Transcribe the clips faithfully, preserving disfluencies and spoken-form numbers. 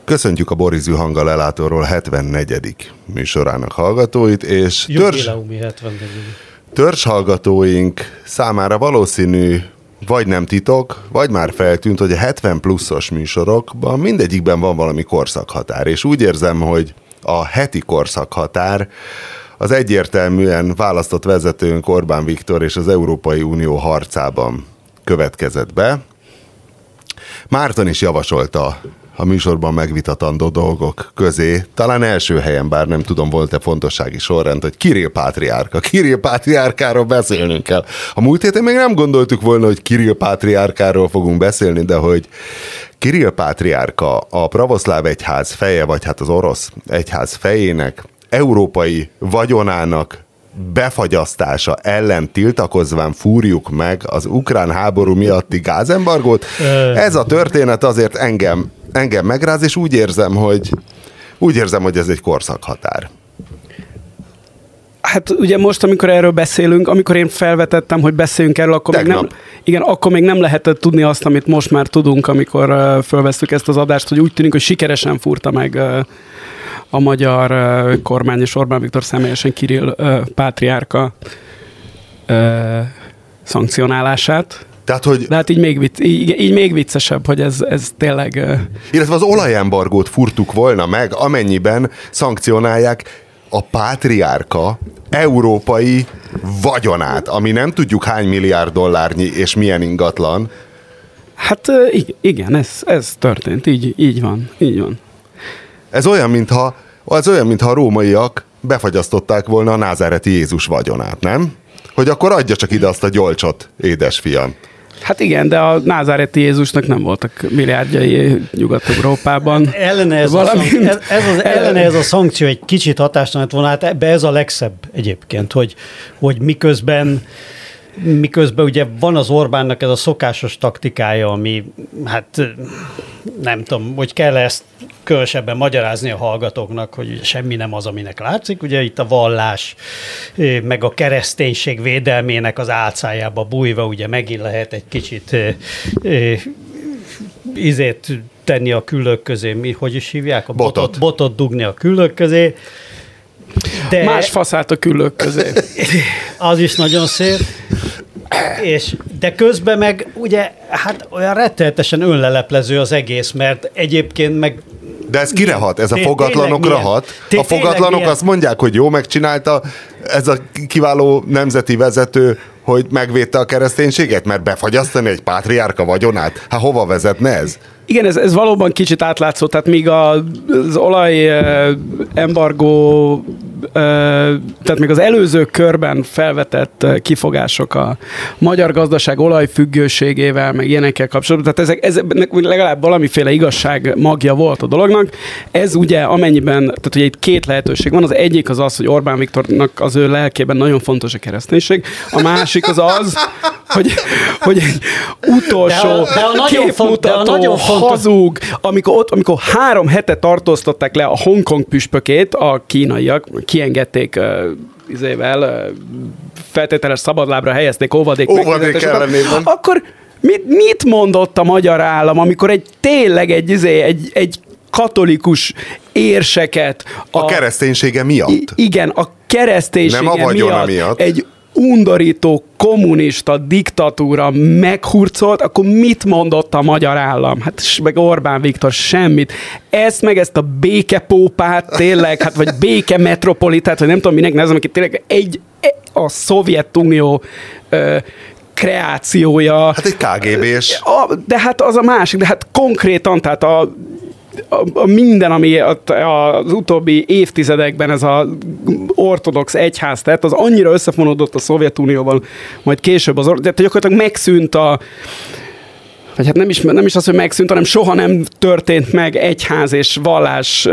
Köszöntjük a Borizű Hang a Lelátóról hetvennegyedik műsorának hallgatóit, és törzs, törzshallgatóink számára valószínű, vagy nem titok, vagy már feltűnt, hogy a hetven pluszos műsorokban mindegyikben van valami korszakhatár, és úgy érzem, hogy a heti korszakhatár az egyértelműen választott vezetőnk Orbán Viktor és az Európai Unió harcában következett be. Márton is javasolta a műsorban megvitatandó dolgok közé, talán első helyen, bár nem tudom, volt-e fontossági sorrend, hogy Kirill pátriárka. Kirill pátriárkáról beszélnünk kell. A múlt héten még nem gondoltuk volna, hogy Kirill pátriárkáról fogunk beszélni, de hogy Kirill pátriárka a pravoszláv egyház feje, vagy hát az orosz egyház fejének, európai vagyonának befagyasztása ellen tiltakozván fúrjuk meg az ukrán háború miatti gázembargót. Ez a történet azért engem, engem megráz, és úgy érzem, hogy úgy érzem, hogy ez egy korszakhatár. Hát ugye most, amikor erről beszélünk, amikor én felvetettem, hogy beszéljünk erről, akkor még nem, igen, akkor még nem lehetett tudni azt, amit most már tudunk, amikor uh, felvesztük ezt az adást, hogy úgy tűnik, hogy sikeresen fúrta meg uh, a magyar uh, kormány és Orbán Viktor személyesen Kirill uh, pátriárka uh, szankcionálását. Tehát, hogy... De hát így még, vicc, így, így még viccesebb, hogy ez, ez tényleg... Uh... Illetve az olajembargót furtuk volna meg, amennyiben szankcionálják a pátriárka európai vagyonát, ami nem tudjuk hány milliárd dollárnyi és milyen ingatlan. Hát igen, ez, ez történt, így, így van, így van. Ez olyan, mintha, az olyan, mintha a rómaiak befagyasztották volna a názáreti Jézus vagyonát, nem? Hogy akkor adja csak ide azt a gyolcsot, édesfiam. Hát igen, de a názáreti Jézusnak nem voltak milliárdjai Nyugat-Európában. Ellene ez, Valamint... a, ez, az, ellene ez a szankció egy kicsit hatástalan lett volna, hát ebbe ez a legszebb egyébként, hogy, hogy miközben Miközben ugye van az Orbánnak ez a szokásos taktikája, ami hát nem tudom, hogy kell ezt különösebben magyarázni a hallgatóknak, hogy semmi nem az, aminek látszik. Ugye itt a vallás, meg a kereszténység védelmének az álcájába bújva, ugye megint lehet egy kicsit izét tenni a küllők közé. Mi, hogy is hívják? A botot. Botot, botot dugni a küllők közé. De más faszát a küllők közé. Az is nagyon szép. És, de közben meg ugye hát olyan rettenetesen önleleplező az egész, mert egyébként meg... De ez kire hat? Ez a fogatlanokra hat? A fogatlanok azt mondják, hogy jó megcsinálta ez a kiváló nemzeti vezető, hogy megvédte a kereszténységet, mert befagyasztani egy pátriárka vagyonát? Hát hova vezetne ez? Igen, ez, ez valóban kicsit átlátszó, tehát míg az olaj embargó, tehát még az előző körben felvetett kifogások a magyar gazdaság olajfüggőségével, meg ilyenekkel kapcsolatban, tehát ezek, ezek legalább valamiféle igazság magja volt a dolognak. Ez ugye amennyiben, tehát ugye itt két lehetőség van, az egyik az az, hogy Orbán Viktornak az ő lelkében nagyon fontos a kereszténység, a másik az az, hogy, hogy egy utolsó de a, de a képmutató hazug, amikor, ott, amikor három hete tartóztatták le a Hongkong püspökét, a kínaiak, kiengedték uh, izével, uh, feltételes szabadlábra helyezték óvadék, óvadék ellenében. Akkor mit, mit mondott a magyar állam, amikor egy tényleg egy, izé, egy, egy katolikus érseket a, a kereszténysége miatt? I, igen, a kereszténysége nem a vagyona miatt, miatt. Egy undorító kommunista diktatúra meghurcolt, akkor mit mondott a magyar állam? Hát meg Orbán Viktor semmit. Ezt meg ezt a békepópát tényleg, hát vagy békemetropolitát, vagy nem tudom minek nevezem, aki tényleg egy, a Szovjetunió ö, kreációja. Hát egy ká gé bé-s. De hát az a másik, de hát konkrétan, tehát a A, a minden, ami az utóbbi évtizedekben ez az ortodox egyház tett, az annyira összefonódott a Szovjetunióval, majd később az ortodox, tehát gyakorlatilag megszűnt a, vagy hát nem is, nem is az, hogy megszűnt, hanem soha nem történt meg egyház és vallás,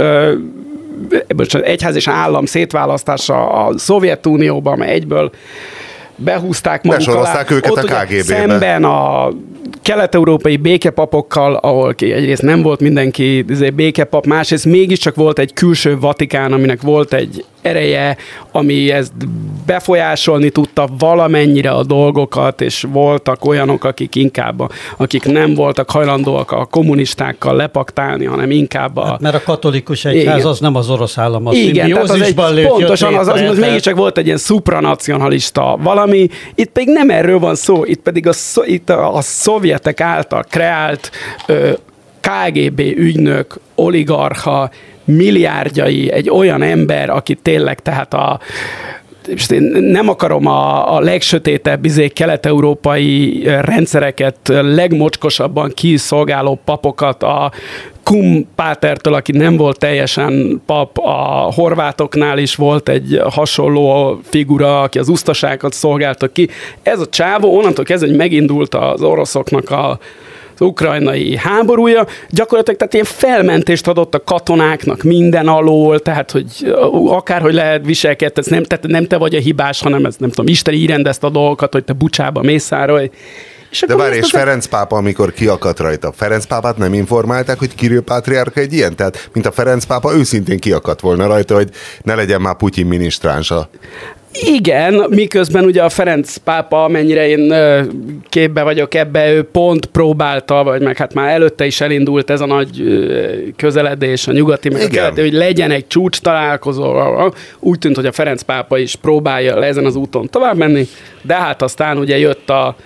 egyház és állam szétválasztása a Szovjetunióban, mert egyből behúzták maguk besorozták alá. Őket Ott a ká gé bé-be. Szemben a kelet-európai békepapokkal, ahol egyrészt nem volt mindenki békepap, másrészt mégiscsak volt egy külső Vatikán, aminek volt egy ereje, ami ezt befolyásolni tudta valamennyire a dolgokat, és voltak olyanok, akik inkább, a, akik nem voltak hajlandóak a kommunistákkal lepaktálni, hanem inkább a... Hát, mert a katolikus egyház igen. az nem az orosz állam, az igen, tehát az egy, pontosan, az, az, az mégiscsak volt egy ilyen supranacionalista valami, itt pedig nem erről van szó, itt pedig a, itt a, a szovjetek által kreált ö, ká gé bé ügynök, oligarcha, milliárdjai, egy olyan ember, aki tényleg tehát a és én nem akarom a, a legsötétebb izé, kelet-európai rendszereket legmocskosabban kiszolgáló papokat, a Kum pátertől, aki nem volt teljesen pap, a horvátoknál is volt egy hasonló figura, aki az usztaságot szolgálta ki. Ez a csávó onnantól kezdve, hogy megindult az oroszoknak a az ukrajnai háborúja, gyakorlatilag tehát ilyen felmentést adott a katonáknak minden alól, tehát hogy akárhogy lehet viselkedni, nem, tehát nem te vagy a hibás, hanem ez nem tudom, Isten így rendezte a dolgokat, hogy te bucsába mészárolj. De várj, és Ferenc pápa, amikor kiakadt rajta, Ferenc pápát nem informálták, hogy Kirill pátriárka egy ilyen? Tehát, mint a Ferenc pápa őszintén kiakadt volna rajta, hogy ne legyen már Putyin minisztránsa. Igen, miközben ugye a Ferenc pápa, amennyire én képbe vagyok ebbe, ő pont próbálta, vagy meg hát már előtte is elindult ez a nagy közeledés a nyugati, meg a keleti, hogy legyen egy csúcs találkozó. Úgy tűnt, hogy a Ferenc pápa is próbálja ezen az úton tovább menni, de hát aztán ugye jött a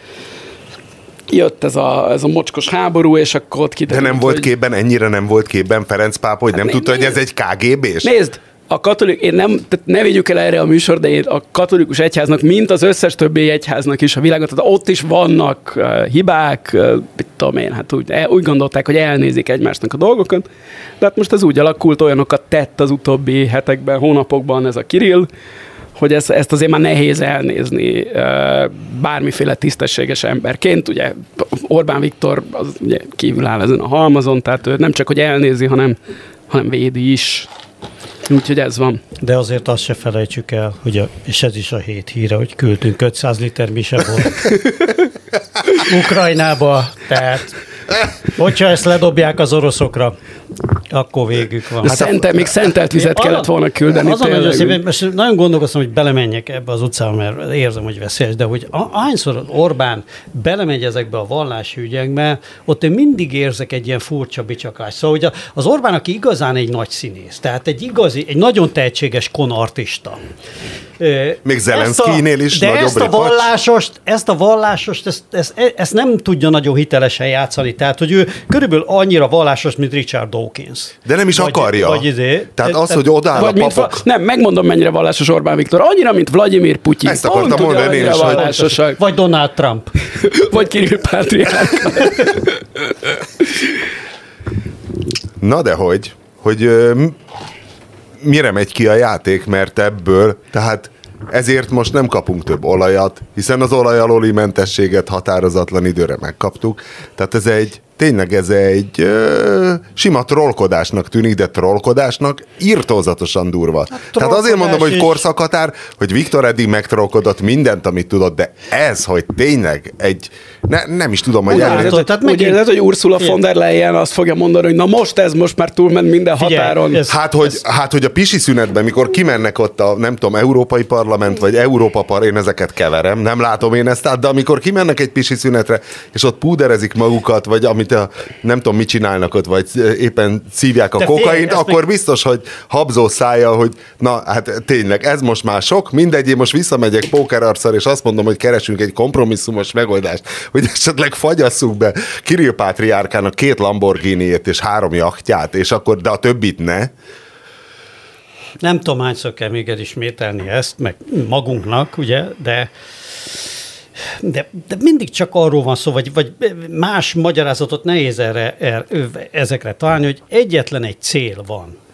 jött ez a, ez a mocskos háború, és akkor ott kiderült, de nem volt hogy... képben, ennyire nem volt képben Ferenc pápa, hogy hát nem tudta, nézd, hogy ez egy ká gé bés? Nézd, a katolik, én nem, tehát ne vigyük el erre a műsor, de én a katolikus egyháznak, mint az összes többi egyháznak is a világon, tehát ott is vannak uh, hibák, uh, mit tudom én, hát úgy, úgy gondolták, hogy elnézik egymásnak a dolgokat, de hát most ez úgy alakult, olyanokat tett az utóbbi hetekben, hónapokban ez a Kirill, hogy ezt, ezt azért már nehéz elnézni uh, bármiféle tisztességes emberként. Ugye Orbán Viktor az ugye kívül áll ezen a halmazon, tehát ő nem csak, hogy elnézi, hanem, hanem védi is. Úgyhogy ez van. De azért azt se felejtsük el, hogy a, és ez is a hét híre, hogy küldtünk ötszáz liter misebor Ukrajnába, tehát hogyha ezt ledobják az oroszokra, akkor végük van. Hát Szente, a, még szentelt vizet én kellett volna küldeni. Az a nagyon szépen, most nagyon gondolkoztam, hogy belemenjek ebbe az utcába, mert érzem, hogy veszélyes, de hogy ahányszor Orbán belemegy ezekbe a vallási ügyekbe, ott én mindig érzek egy ilyen furcsa bicsaklást. Szóval, hogy az Orbán, aki igazán egy nagy színész, tehát egy igazi, egy nagyon tehetséges konartista. Még Zelenszkijnél is de nagyobb ezt a vallásost, ezt a vallásost, ezt, ezt, ezt nem tudja nagyon hitelesen játszani. Tehát, hogy ő körülbelül annyira vallásos, mint Richard Dawkins. De nem is vagy, akarja. Vagy izé, Tehát az, hogy odáll a papok... Va- nem, megmondom, mennyire vallásos Orbán Viktor. Annyira, mint Vladimir Putyin. Ezt akartam mondani én is, hogy... Vagy Donald Trump. Vagy Kirill pátriárka. Na de hogy? Hogy uh, mire megy ki a játék, mert ebből, tehát ezért most nem kapunk több olajat, hiszen az olaj alóli mentességet határozatlan időre megkaptuk. Tehát ez egy, tényleg ez egy ö, sima trollkodásnak tűnik, de trollkodásnak írtózatosan durva. Hát, tehát azért mondom, hogy korszakhatár, hogy Viktor eddig megtrollkodott mindent, amit tudott, de ez, hogy tényleg egy, ne, nem is tudom, hogy elnézést. Tehát úgy érzed, hogy Ursula von der Leyen azt fogja mondani, hogy na most ez most már túlment minden Figyelj, határon. Ez, hát, hogy, ez... hát, hogy a pisi szünetben, mikor kimennek ott a, nem tudom, Európai Parlament, vagy Európa Par, én ezeket keverem, nem látom én ezt át, de amikor kimennek egy pisi szünetre, és ott púderezik magukat, vagy amit a, nem tudom, mit csinálnak ott, vagy éppen szívják a de kokaint, fél, akkor még... biztos, hogy habzó szája, hogy na, hát tényleg, ez most már sok, mindegy, én most visszamegyek pókerarccal, és azt mondom, hogy keresünk egy kompromisszumos megoldást, hogy esetleg fagyasszuk be Kirill pátriárkának két Lamborghiniét és három jachtját, és akkor, de a többit ne. Nem tudom, hányszor kell még elismételni ezt, meg magunknak, ugye, de De, de mindig csak arról van szó, vagy, vagy más magyarázatot nehéz erre, erre, ezekre találni, hogy egyetlen egy cél van.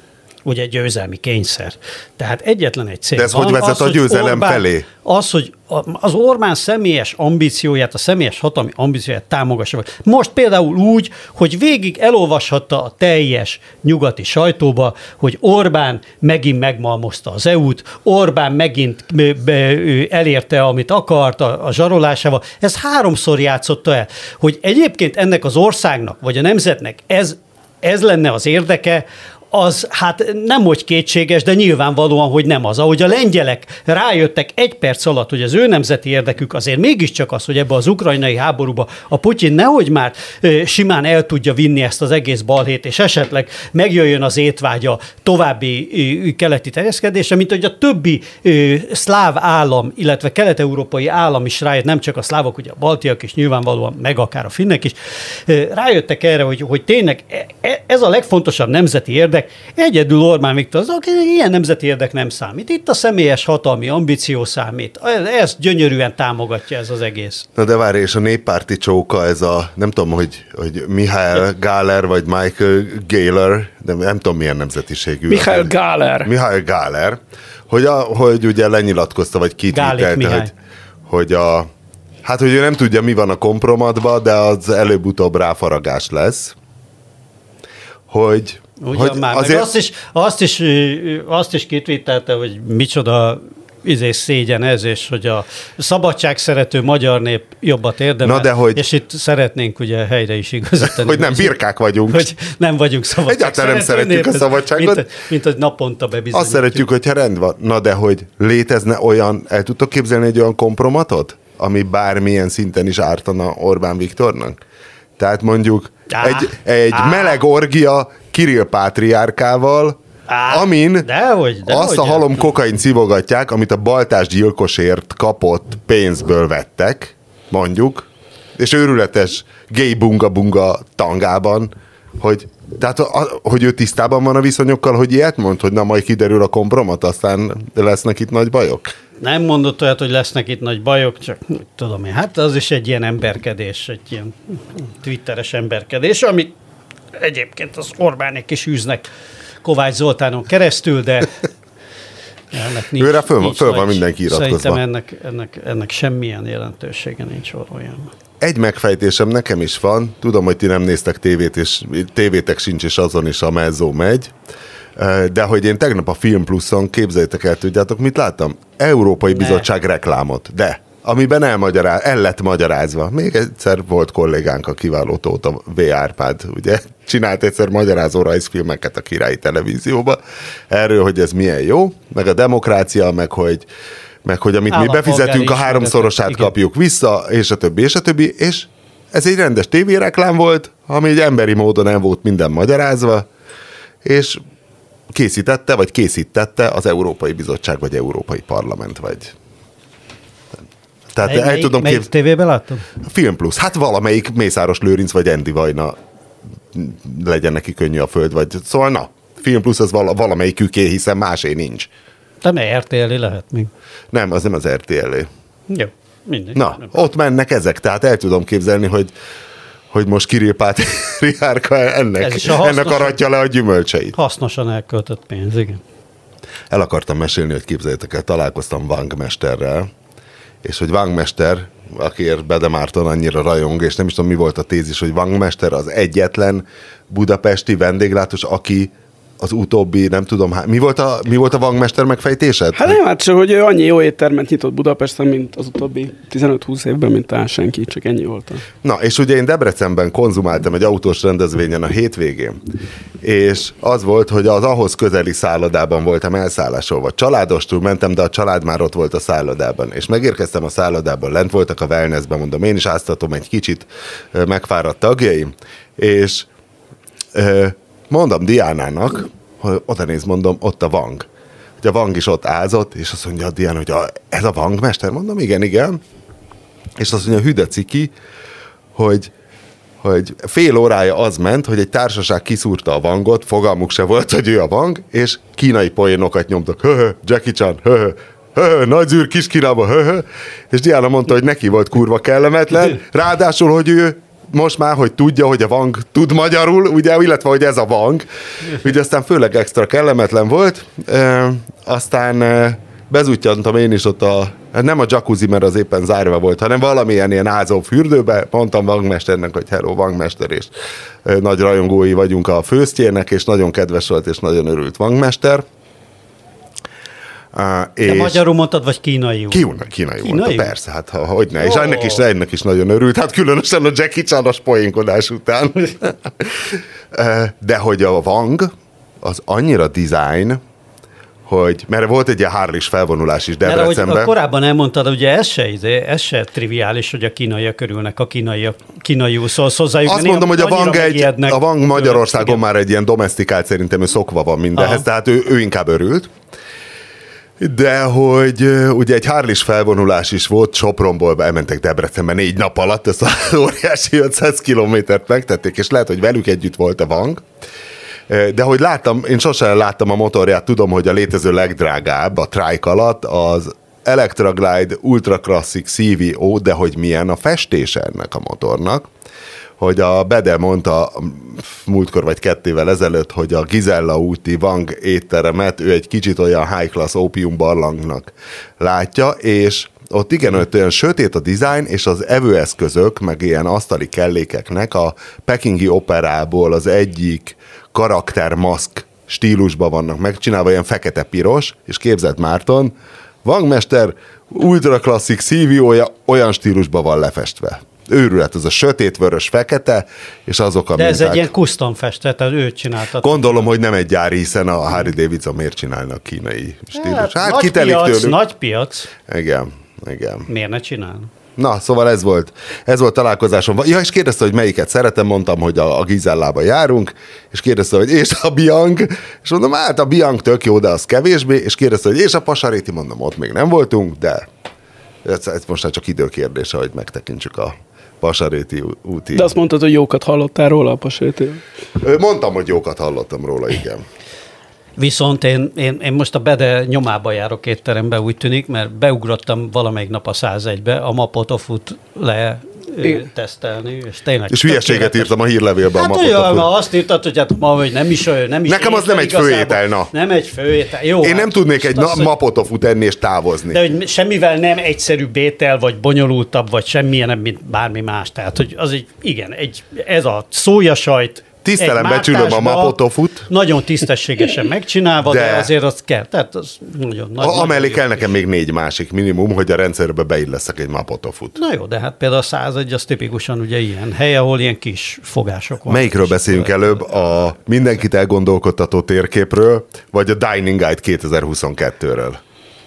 ugye győzelmi kényszer. Tehát egyetlen egy cél De ez van, hogy vezet az, a győzelem Orbán, felé? Az, hogy az Orbán személyes ambícióját, a személyes hatalmi ambícióját támogassa. Most például úgy, hogy végig elolvashatta a teljes nyugati sajtóba, hogy Orbán megint megmalmozta az é u-t, Orbán megint elérte, amit akart a, a zsarolásával. Ez háromszor játszotta el. Hogy egyébként ennek az országnak, vagy a nemzetnek ez, ez lenne az érdeke, az hát nem hogy kétséges, de nyilvánvalóan, hogy nem az. Ahogy a lengyelek rájöttek egy perc alatt, hogy az ő nemzeti érdekük azért mégiscsak az, hogy ebbe az ukrajnai háborúba a Putyin nehogy már simán el tudja vinni ezt az egész balhét, és esetleg megjöjjön az étvágya további keleti terjeszkedésre, mint hogy a többi szláv állam, illetve kelet-európai állam is rájött, nem csak a szlávok, ugye a baltiak is nyilvánvalóan, meg akár a finnek is, rájöttek erre, hogy, hogy tényleg ez a legfontosabb nemzeti érdek. Egyedül Orbán Viktor, az, akinek ilyen nemzeti érdek nem számít. Itt a személyes hatalmi ambíció számít. Ezt gyönyörűen támogatja ez az egész. Na de várj, és a néppárti csóka, ez a, nem tudom, hogy, hogy Mihály Gáler, vagy Michael Gáler, de nem tudom, milyen nemzetiségű. Mihály Gáler. Mihály Gáler, hogy, a, hogy ugye lenyilatkozta, vagy kitvítelte, hogy, hogy a, hát, hogy ő nem tudja, mi van a kompromatban, de az előbb-utóbb ráfaragás lesz. Hogy Ugyan már, azért... azt, is, azt, is, azt is kitvítelte, hogy micsoda izé szégyen ez, és hogy a szabadságszerető magyar nép jobbat érdemel, de hogy... és itt szeretnénk ugye helyre is igazítani. Hogy nem birkák vagyunk. Hogy nem vagyunk szabadságszerető. Egyáltalán nem szeretjük nép, a szabadságot. Mint, mint hogy naponta bebizonyítjuk. Azt szeretjük, hogyha rend van. Na de hogy létezne olyan, el tudtok képzelni egy olyan kompromatot, ami bármilyen szinten is ártana Orbán Viktornak? Tehát mondjuk Á, egy, egy á. meleg orgia Kirill pátriárkával, Á, amin dehogy, dehogy, azt a halom kokain szívogatják, amit a baltás gyilkosért kapott pénzből vettek, mondjuk, és őrületes gay bunga-bunga tangában, hogy, tehát, a, hogy ő tisztában van a viszonyokkal, hogy ilyet mond, hogy na majd kiderül a kompromat, aztán lesznek itt nagy bajok? Nem mondott olyat, hogy lesznek itt nagy bajok, csak tudom én, hát az is egy ilyen emberkedés, egy ilyen twitteres emberkedés, amit egyébként az Orbánék is űznek Kovács Zoltánon keresztül, de ennek nincs, Őre föl, nincs föl van nagy, mindenki iratkozva. Szerintem ennek, ennek, ennek semmilyen jelentősége nincs valójában. Egy megfejtésem nekem is van, tudom, hogy ti nem néztek tévét, és tévétek sincs, és azon is a mezzó megy, de hogy én tegnap a Film Pluszon, képzeljétek el, tudjátok, mit láttam? Európai ne. Bizottság reklámot, de amiben elmagyaráz, el lett magyarázva. Még egyszer volt kollégánk, a kiváló Tóta V. Árpád, ugye, csinált egyszer magyarázó rajzfilmeket a Királyi Televízióba, erről, hogy ez milyen jó, meg a demokrácia, meg hogy, meg hogy amit mi befizetünk, a háromszorosát igen. kapjuk vissza, és a többi, és a többi, és ez egy rendes tévéreklám volt, ami egy emberi módon el volt minden magyarázva, és készítette, vagy készítette az Európai Bizottság, vagy Európai Parlament, vagy... Tehát mely, el melyik, tudom melyik kép... tévében láttam? Film Plus. Hát valamelyik Mészáros Lőrinc, vagy Endi Vajna legyen neki könnyű a föld, vagy... Szóval na, Film Plus az vala, valamelyiküké, hiszen másé nincs. De ne er té el-é lehet még. Nem, az nem az er té el-é. Jó, mindegy. Na, nem. ott mennek ezek, tehát el tudom képzelni, hogy hogy most Kirill pátriárka ennek, ennek aratja le a gyümölcseit. Hasznosan elköltött pénz, igen. El akartam mesélni, hogy képzeljétek el, találkoztam Wang mesterrel, és hogy Wang mester, akiért Bede Márton annyira rajong, és nem is tudom, mi volt a tézis, hogy Wang mester az egyetlen budapesti vendéglátós, aki az utóbbi, nem tudom, mi volt a, mi volt a Wang mester megfejtésed? Hát nem, hát csak, hogy ő annyi jó éttermet nyitott Budapesten, mint az utóbbi tizenöt-húsz évben, mint talán senki, csak ennyi volt. Na, és ugye én Debrecenben konzumáltam egy autós rendezvényen a hétvégén, és az volt, hogy az ahhoz közeli szállodában voltam elszállásolva. Családostul mentem, de a család már ott volt a szállodában, és megérkeztem a szállodában, lent voltak a wellnessben, mondom, én is áztatom egy kicsit megfáradt tagjaim, és mondom Diánának, hogy oda néz, mondom, ott a Wang. Hogy a Wang is ott ázott, és azt mondja a Diana, hogy a, ez a Wang mester? Mondom, igen, igen. És azt mondja, hüde ciki, hogy, hogy fél órája az ment, hogy egy társaság kiszúrta a Wangot, fogalmuk se volt, hogy ő a Wang, és kínai poénokat nyomtak. Höhö, Jackie Chan, höhö, höhö, nagy zűr kis Kínába, höhö. És Diana mondta, hogy neki volt kurva kellemetlen, ráadásul, hogy ő most már, hogy tudja, hogy a Vang tud magyarul, ugye, illetve, hogy ez a Vang, ugye aztán főleg extra kellemetlen volt, e, aztán e, bezúttyantam én is ott a, nem a jacuzzi, mert az éppen zárva volt, hanem valamilyen ilyen ázó fürdőbe, mondtam Vangmesternek, hogy hello, Vangmester, és e, nagy rajongói vagyunk a főztjének, és nagyon kedves volt, és nagyon örült Vangmester. Uh, és magyarul mondtad, vagy kínaiul? Kínai, kínai, kínai mondta, persze, hát ha, hogy ne. Oh. És ennek is, ennek is nagyon örült, hát különösen a Jackie Chan-os poénkodás után. De hogy a Vang, az annyira design, hogy, mert volt egy ilyen Harley-s felvonulás is Debrecenben. Mert korábban elmondtad, ugye ez se, ez se triviális, hogy a kínaiak örülnek a kínaiak, kínaiul szólsz hozzájuk. Azt mondom, hogy a Vang, egy, a Vang Magyarországon tőle, már egy ilyen domesztikált, szerintem ő szokva van mindenhez, aha, tehát ő, ő inkább örült. De hogy ugye egy Harley-s felvonulás is volt, Sopronból elmentek Debrecenbe négy nap alatt, ezt az óriási ötszáz kilométert megtették, és lehet, hogy velük együtt volt a Vang. De hogy láttam, én sosem láttam a motorját, tudom, hogy a létező legdrágább a Trike alatt az Electra Glide Ultra Classic cé vé o, de hogy milyen a festése ennek a motornak, hogy a Bede mondta múltkor vagy kettével ezelőtt, hogy a Gizella úti Vang étteremet ő egy kicsit olyan high class opium barlangnak látja, és ott igen, ott olyan sötét a design, és az evőeszközök, meg ilyen asztali kellékeknek a pekingi operából az egyik karaktermaszk stílusban vannak megcsinálva, ilyen fekete-piros, és képzeld Márton, Vangmester ultra klasszik cé vé o-ja olyan stílusban van lefestve. Őrület, az a sötét-vörös fekete, és azok a de minták. Ez egy ilyen custom festet, tehát őt csináltat. Gondolom, hogy nem egy gyári, hiszen a Harley Davidson miért csinálnak kínai stílus. Hát, hát nagy kitelik piac, tőlük. nagy piac. Igen, igen. Miért ne csinálna? Na, szóval ez volt, ez volt találkozásom. Ja, és kérdezte, hogy melyiket szeretem, mondtam, hogy a, a Gizellába járunk, és kérdezte, hogy és a Bianc, és mondom, hát a Bianc tök jó, de az kevésbé, és kérdezte, hogy és a Pasaréti, mondom, ott még nem voltunk, de ez, ez most már csak időkérdése, hogy megtekintsük a Pasaréti úti. De azt mondtad, hogy jókat hallottál róla a Pasaréti? Mondtam, hogy jókat hallottam róla, igen. Viszont én, én, én most a Bede nyomába járok étterembe, úgy tűnik, mert beugrottam valamelyik nap a száz egybe a Mapotofut le ő, tesztelni, és tényleg... És hülyeséget írtam a hírlevélben hát a Mapotofut. Hát olyan, azt írtad, hogy hát ma, hogy nem is, nem is nekem az nem egy főétel, na. Nem egy főétel, jó. Én hát, nem tudnék egy az, Mapotofut enni és távozni. De hogy semmivel nem egyszerűbb étel, vagy bonyolultabb, vagy semmilyen, mint bármi más. Tehát, hogy az egy, igen, egy, ez a szójasajt, tisztelem, becsülöm a Mapotofut. Nagyon tisztességesen megcsinálva, de, de azért az kell. Tehát az nagyon nagy. Amellé kell nekem még négy másik minimum, hogy a rendszerbe beilleszek egy Mapotofut. Na jó, de hát például a száz egy az tipikusan ugye ilyen hely, ahol ilyen kis fogások vannak. Melyikről beszéljünk előbb? A mindenkit elgondolkodtató térképről, vagy a Dining Guide kétezer-huszonkettőről?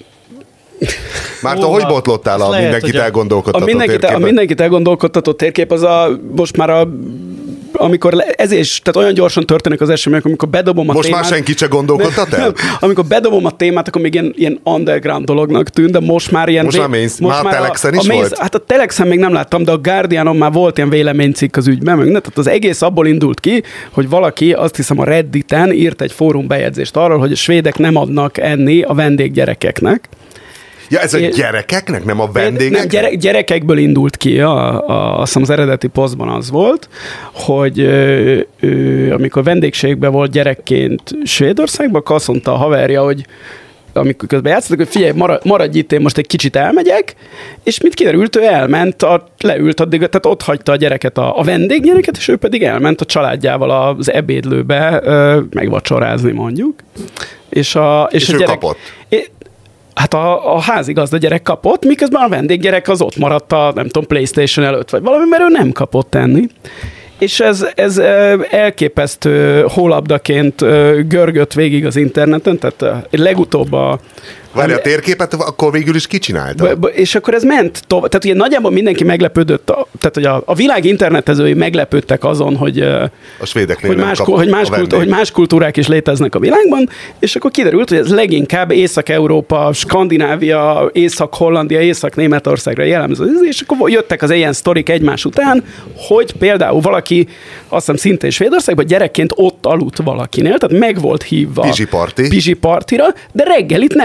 Márta, hogy botlottál a lehet, mindenkit elgondolkodtató a mindenkit, térképben? A mindenkit elgondolkodtató térkép az a, most már a amikor ez is, tehát olyan gyorsan történik az események, amikor bedobom a most témát... Most már senki se gondolkodtat el? Nem, amikor bedobom a témát, akkor még ilyen, ilyen underground dolognak tűnt, de most már ilyen... Most vé... már mész, most már a Telexen is a volt? Mész, hát a Telexen még nem láttam, de a Guardianon már volt ilyen véleménycikk az ügyben, meg, ne? Tehát az egész abból indult ki, hogy valaki, azt hiszem a Redditen írt egy fórum bejegyzést arról, hogy a svédek nem adnak enni a vendéggyerekeknek. Ja, ez a gyerekeknek, nem a vendégeknek? Nem, gyere, gyerekekből indult ki, a, a, azt hiszem az eredeti posztban az volt, hogy ö, ö, amikor vendégségben volt gyerekként Svédországban, akkor azt mondta a haverja, hogy amikor közben játszottak, hogy figyelj, maradj itt, én most egy kicsit elmegyek, és mit kiderült, ő elment, a, leült addig, tehát ott hagyta a gyereket, a, a vendéggyereket, és ő pedig elment a családjával az ebédlőbe ö, megvacsorázni mondjuk. És, a, és, és a ő gyerek, kapott? É, Hát a, a házigazda gyerek kapott, miközben a vendéggyerek az ott maradt a, nem tudom, PlayStation előtt, vagy valami, mert ő nem kapott enni. És ez, ez elképesztő hólabdaként görgött végig az interneten, tehát legutóbb a... Várj, a térképet akkor végül is kicsinálta? B- b- és akkor ez ment tovább. Tehát ugye nagyjából mindenki meglepődött, a, tehát hogy a, a világ internetezői meglepődtek azon, hogy, a svédeknél hogy, nem más, kap hogy, más kultúr, hogy más kultúrák is léteznek a világban, és akkor kiderült, hogy ez leginkább Észak-Európa, Skandinávia, Észak-Hollandia, Észak-Németországra jellemző, és akkor jöttek az ilyen sztorik egymás után, hogy például valaki, azt hiszem szintén Svédországban gyerekként ott aludt valakinél, tehát meg volt hívva Pizsi parti. Pizsi partira, de reggelit nem adtak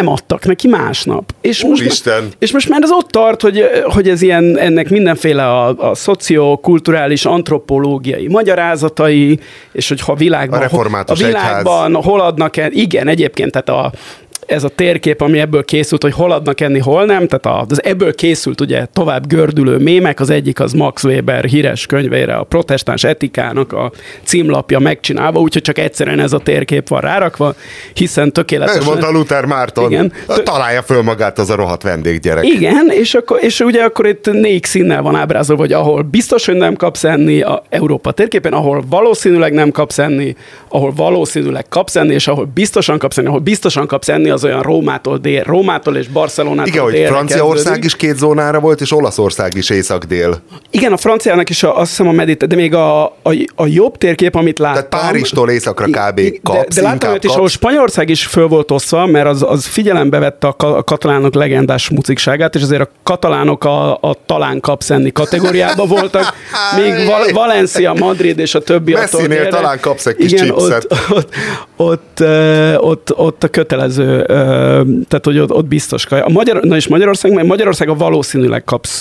írtak neki másnap. És most, és most már ez ott tart, hogy, hogy ez ilyen, ennek mindenféle a, a szociokulturális, antropológiai magyarázatai, és hogy ha világban, a, a világban hol adnak el, igen, egyébként, tehát a ez a térkép, ami ebből készült, hogy hol adnak enni, hol nem, tehát az ebből készült ugye tovább gördülő mémek, az egyik az Max Weber híres könyvére, a protestáns etikának a címlapja megcsinálva, úgyhogy csak egyszerűen ez a térkép van rárakva, hiszen tökéletesen... Megmondta Luther Márton, igen, tö- találja föl magát az a rohadt vendéggyerek. Igen, és, akkor, és ugye akkor itt négy színnel van ábrázolva, hogy ahol biztos, hogy nem kapsz enni a Európa térképen, ahol valószínűleg nem kapsz enni, ahol valószínűleg kapsz enni, és ahol biztosan kapsz enni, ahol biztosan kapsz enni, az olyan Rómától dél, Rómától és Barcelonától igen, délre. Igen, hogy Franciaország kezdődik. Is két zónára volt, és Olaszország is észak-dél. Igen, a franciának is a, azt hiszem a medit, de még a, a, a jobb térkép, amit láttam. Tehát Párizstól északra kb. Kapsz, de, de láttam őt is, ahol Spanyolország is föl volt osztva, mert az, az figyelembe vette a, a katalánok legendás mucikságát, és azért a katalánok a, a talán kapsz enni kategóriában voltak, még Val- Valencia, Madrid és a többi. Messzinél talán kapsz egy kis igen, chipset. Ott, ott, ott, ott, ott a kötelező, tehát hogy ott, ott biztos kaj. A Magyar, na és Magyarország, Magyarország a valószínűleg kapsz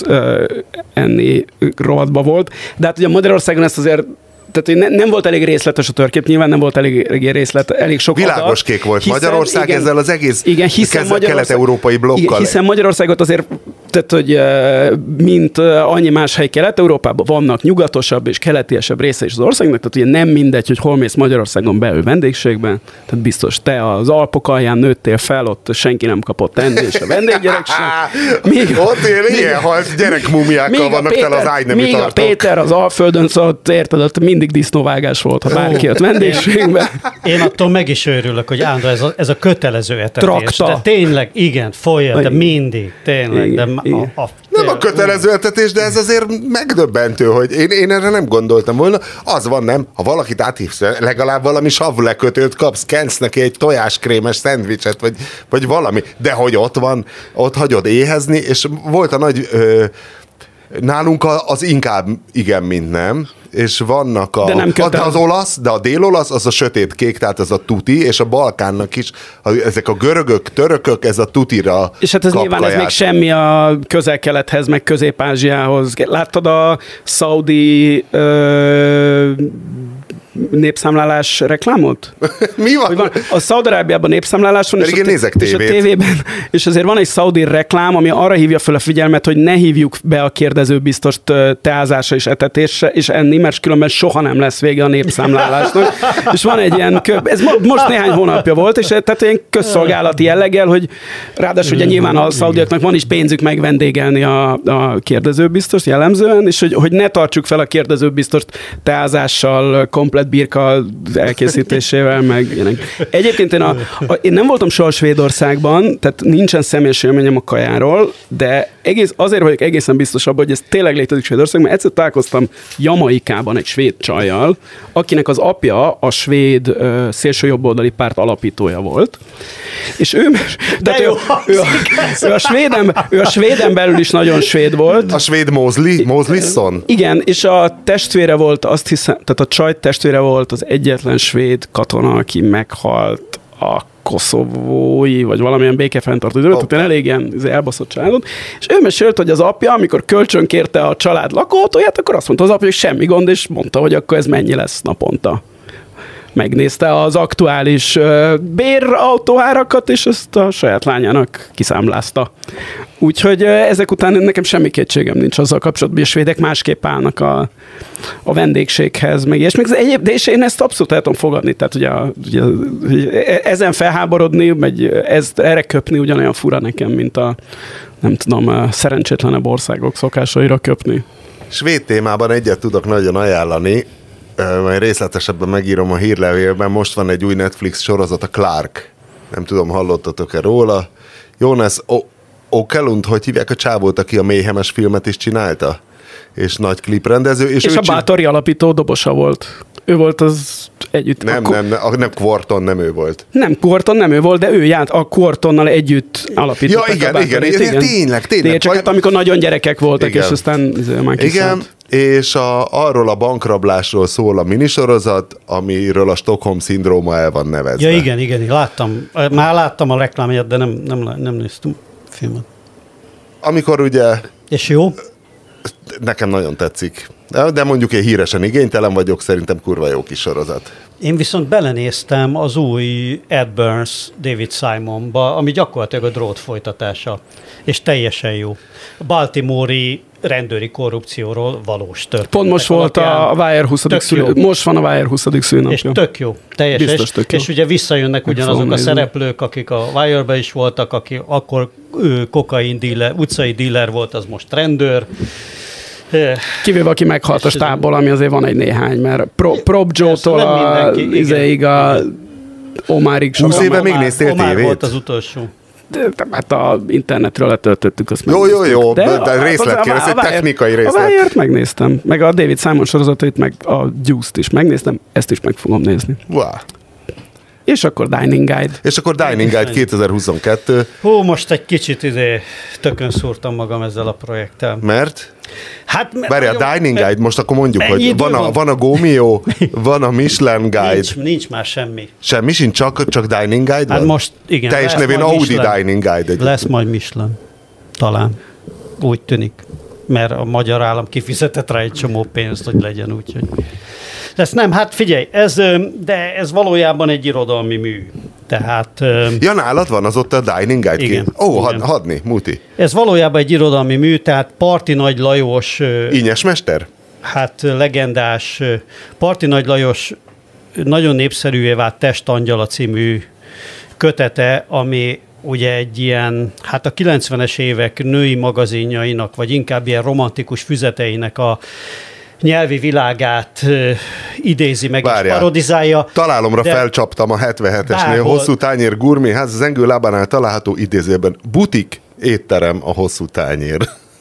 enni rovatba volt, de hát ugye Magyarországon ezt azért tehát ne, nem volt elég részletes a törkép, nyilván nem volt elég, elég részlet, elég sok világos adat. Kék volt hiszen, Magyarország igen, ezzel az egész igen, hiszen kelet-európai blokkal. Igen, hiszen Magyarországot azért, tehát hogy mint annyi más hely Kelet-Európában vannak nyugatosabb és keletiesebb része is az országnak, tehát ugye nem mindegy, hogy hol mész Magyarországon belül vendégségben, tehát biztos te az Alpok alján nőttél fel, ott senki nem kapott enni, és a vendéggyerek sem. Még, ott él, ilyen halt gyerekmumiákkal vannak tele az ágynemű még tartók. Még a Péter az Alföldön, szóval érted, ott mindig disznóvágás volt, ha bárki jött vendégségbe. Én attól meg is őrülök, hogy állandó ez a, ez a kötelező etetés. Trakta. De tényleg, igen, folyam, de mindig, tényleg. Igen, de a, a, nem a kötelező etetés, de ez azért megdöbbentő, hogy én, én erre nem gondoltam volna. Az van, nem? Ha valakit áthívsz, legalább valami savlekötőt kapsz, kensz neki egy tojáskrémes szendvicset, vagy, vagy valami. De hogy ott van, ott hagyod éhezni, és volt a nagy... Ö, nálunk az inkább igen, mint nem, és vannak a, de nem a, az olasz, de a dél-olasz, az a sötétkék, tehát az a tuti, és a Balkánnak is, ezek a görögök, törökök, ez a tutira és hát ez nyilván ez még semmi a Közel-Kelethez, meg Közép-Ázsiához. Láttad a szaudi ö, népszámlálás reklámot? Mi van? van? A Szaúd-Arábiában népszámlálás van, és a, nézek és a tévében, és azért van egy szaudi reklám, ami arra hívja fel a figyelmet, hogy ne hívjuk be a kérdezőbiztost teázásra és etetésre, és enni, mert különben soha nem lesz vége a népszámlálásnak. És van egy ilyen, kö... ez most néhány hónapja volt, és tehát ilyen közszolgálati jelleggel, hogy ráadásul ugye nyilván a szaudiaknak van is pénzük megvendégelni a, a kérdezőbiztost jellemzően, és hogy, hogy ne tartsuk fel a kérdezőbiztost teázással, komplet birka elkészítésével, meg ilyenek. Egyébként én, a, a, én nem voltam soha Svédországban, tehát nincsen személyes élményem a kajáról, de egész, azért vagyok egészen biztos abban, hogy ez tényleg létezik Svédországban, mert egyszer találkoztam Jamaikában egy svéd csajjal, akinek az apja a svéd uh, szélsőjobboldali párt alapítója volt, és ő, de ő, ő, a, ő, a svéden, ő a svéden belül is nagyon svéd volt. A svéd Mosley, Mosleyson? Igen, és a testvére volt, azt hiszem, tehát a csaj testvére volt az egyetlen svéd katona, aki meghalt a koszovói, vagy valamilyen békefenntartó időt, okay. Tehát elég ilyen elbaszott családot, és ő mesélt, hogy az apja, amikor kölcsön kérte a család lakóautóját, akkor azt mondta az apja, hogy semmi gond, és mondta, hogy akkor ez mennyi lesz naponta. Megnézte az aktuális uh, bérautóárakat, és ezt a saját lányának kiszámlázta. Úgyhogy uh, ezek után nekem semmi kétségem nincs azzal kapcsolatban, hogy a svédek másképp állnak a, a vendégséghez, meg és még az egyéb, de és én ezt abszolút el tudom fogadni, tehát ugye, ugye ezen felháborodni, vagy ezt, erre köpni ugyanolyan fura nekem, mint a nem tudom, szerencsétlenebb országok szokásaira köpni. Svéd témában egyet tudok nagyon ajánlani, majd részletesebben megírom a hírlevélben, most van egy új Netflix sorozat, a Clark. Nem tudom, hallottatok-e róla. Jonas Åkerlund, hogy hívják a csávót, aki a Méhemes filmet is csinálta? És nagy kliprendező. És, és a csin... Bátori alapító dobosa volt. Ő volt az együtt. Nem, nem, nem, nem Quarton nem ő volt. Nem, Quarton nem ő volt, de ő járt a Quartonnal együtt alapították ja, igen, a Bátorit. Igen, igen, tényleg, tényleg. De csak Vaj... hát amikor nagyon gyerekek voltak, igen. és aztán már igen, és a, arról a bankrablásról szól a minisorozat, amiről a Stockholm-szindróma el van nevezve. Ja, igen, igen, láttam. Már láttam a reklámját, de nem, nem, nem néztem a filmet. Amikor ugye... És jó? Nekem nagyon tetszik. De mondjuk én híresen igénytelen vagyok, szerintem kurva jó kis sorozat. Én viszont belenéztem az új Ed Burns, David Simonba, ami gyakorlatilag a Drót folytatása, és teljesen jó. A baltimore-i rendőri korrupcióról valós történet. Pont most volt a Wire huszadik szülő, most van a Wire huszadik szülőnapja. És tök jó, teljesen. Biztos tök jó. És ugye visszajönnek ugyanazok a szereplők, akik a Wire-be is voltak, aki akkor ő, kokain díler, utcai díler volt, az most rendőr. Kivéve, aki meghalt a stábból, ami azért van egy néhány, mert Pro, Prop Joe-tól a izéig a Omárig. húsz éve még néztél Omar tévét? volt az utolsó. De, hát a internetről letöltöttük, azt Jó, jó, jó, de, de részletkérdez, ez egy technikai részlet. A Wire-t megnéztem, meg a David Simon sorozatait, meg a Juice-t is megnéztem, ezt is meg fogom nézni. Wow. És akkor Dining Guide. És akkor Dining Guide kétezer-huszonkettő. Hú, most egy kicsit ide tökön szúrtam magam ezzel a projekttel. Mert? Hát, Várj, a Dining Guide, most akkor mondjuk, hogy van a, van a Gomio, van a Michelin Guide. Nincs, nincs már semmi. Semmi sincs, csak, csak Dining Guide van? Hát most, igen. Teljes nevén Audi Michelin. Dining Guide. Egyébként. Lesz majd Michelin. Talán. Úgy tűnik. Mert a magyar állam kifizetett rá egy csomó pénzt, hogy legyen, úgyhogy... Ezt nem, hát figyelj, ez, de ez valójában egy irodalmi mű. Tehát... Ja, nálad van az ott a Dining Guide? Igen. Ó, had, hadni, Muti. Ez valójában egy irodalmi mű, tehát Parti Nagy Lajos... Ínyes mester? Hát legendás. Parti Nagy Lajos nagyon népszerűvé vált Testangyala című kötete, ami ugye egy ilyen, hát a kilencvenes évek női magazinjainak, vagy inkább ilyen romantikus füzeteinek a nyelvi világát uh, idézi meg, Várjál. És parodizálja. Találomra felcsaptam a hetvenhetesnél, bárhol. Hosszú Tányér Gurméház, az Engő lábánál található idézőben butik, étterem a Hosszú Tányér.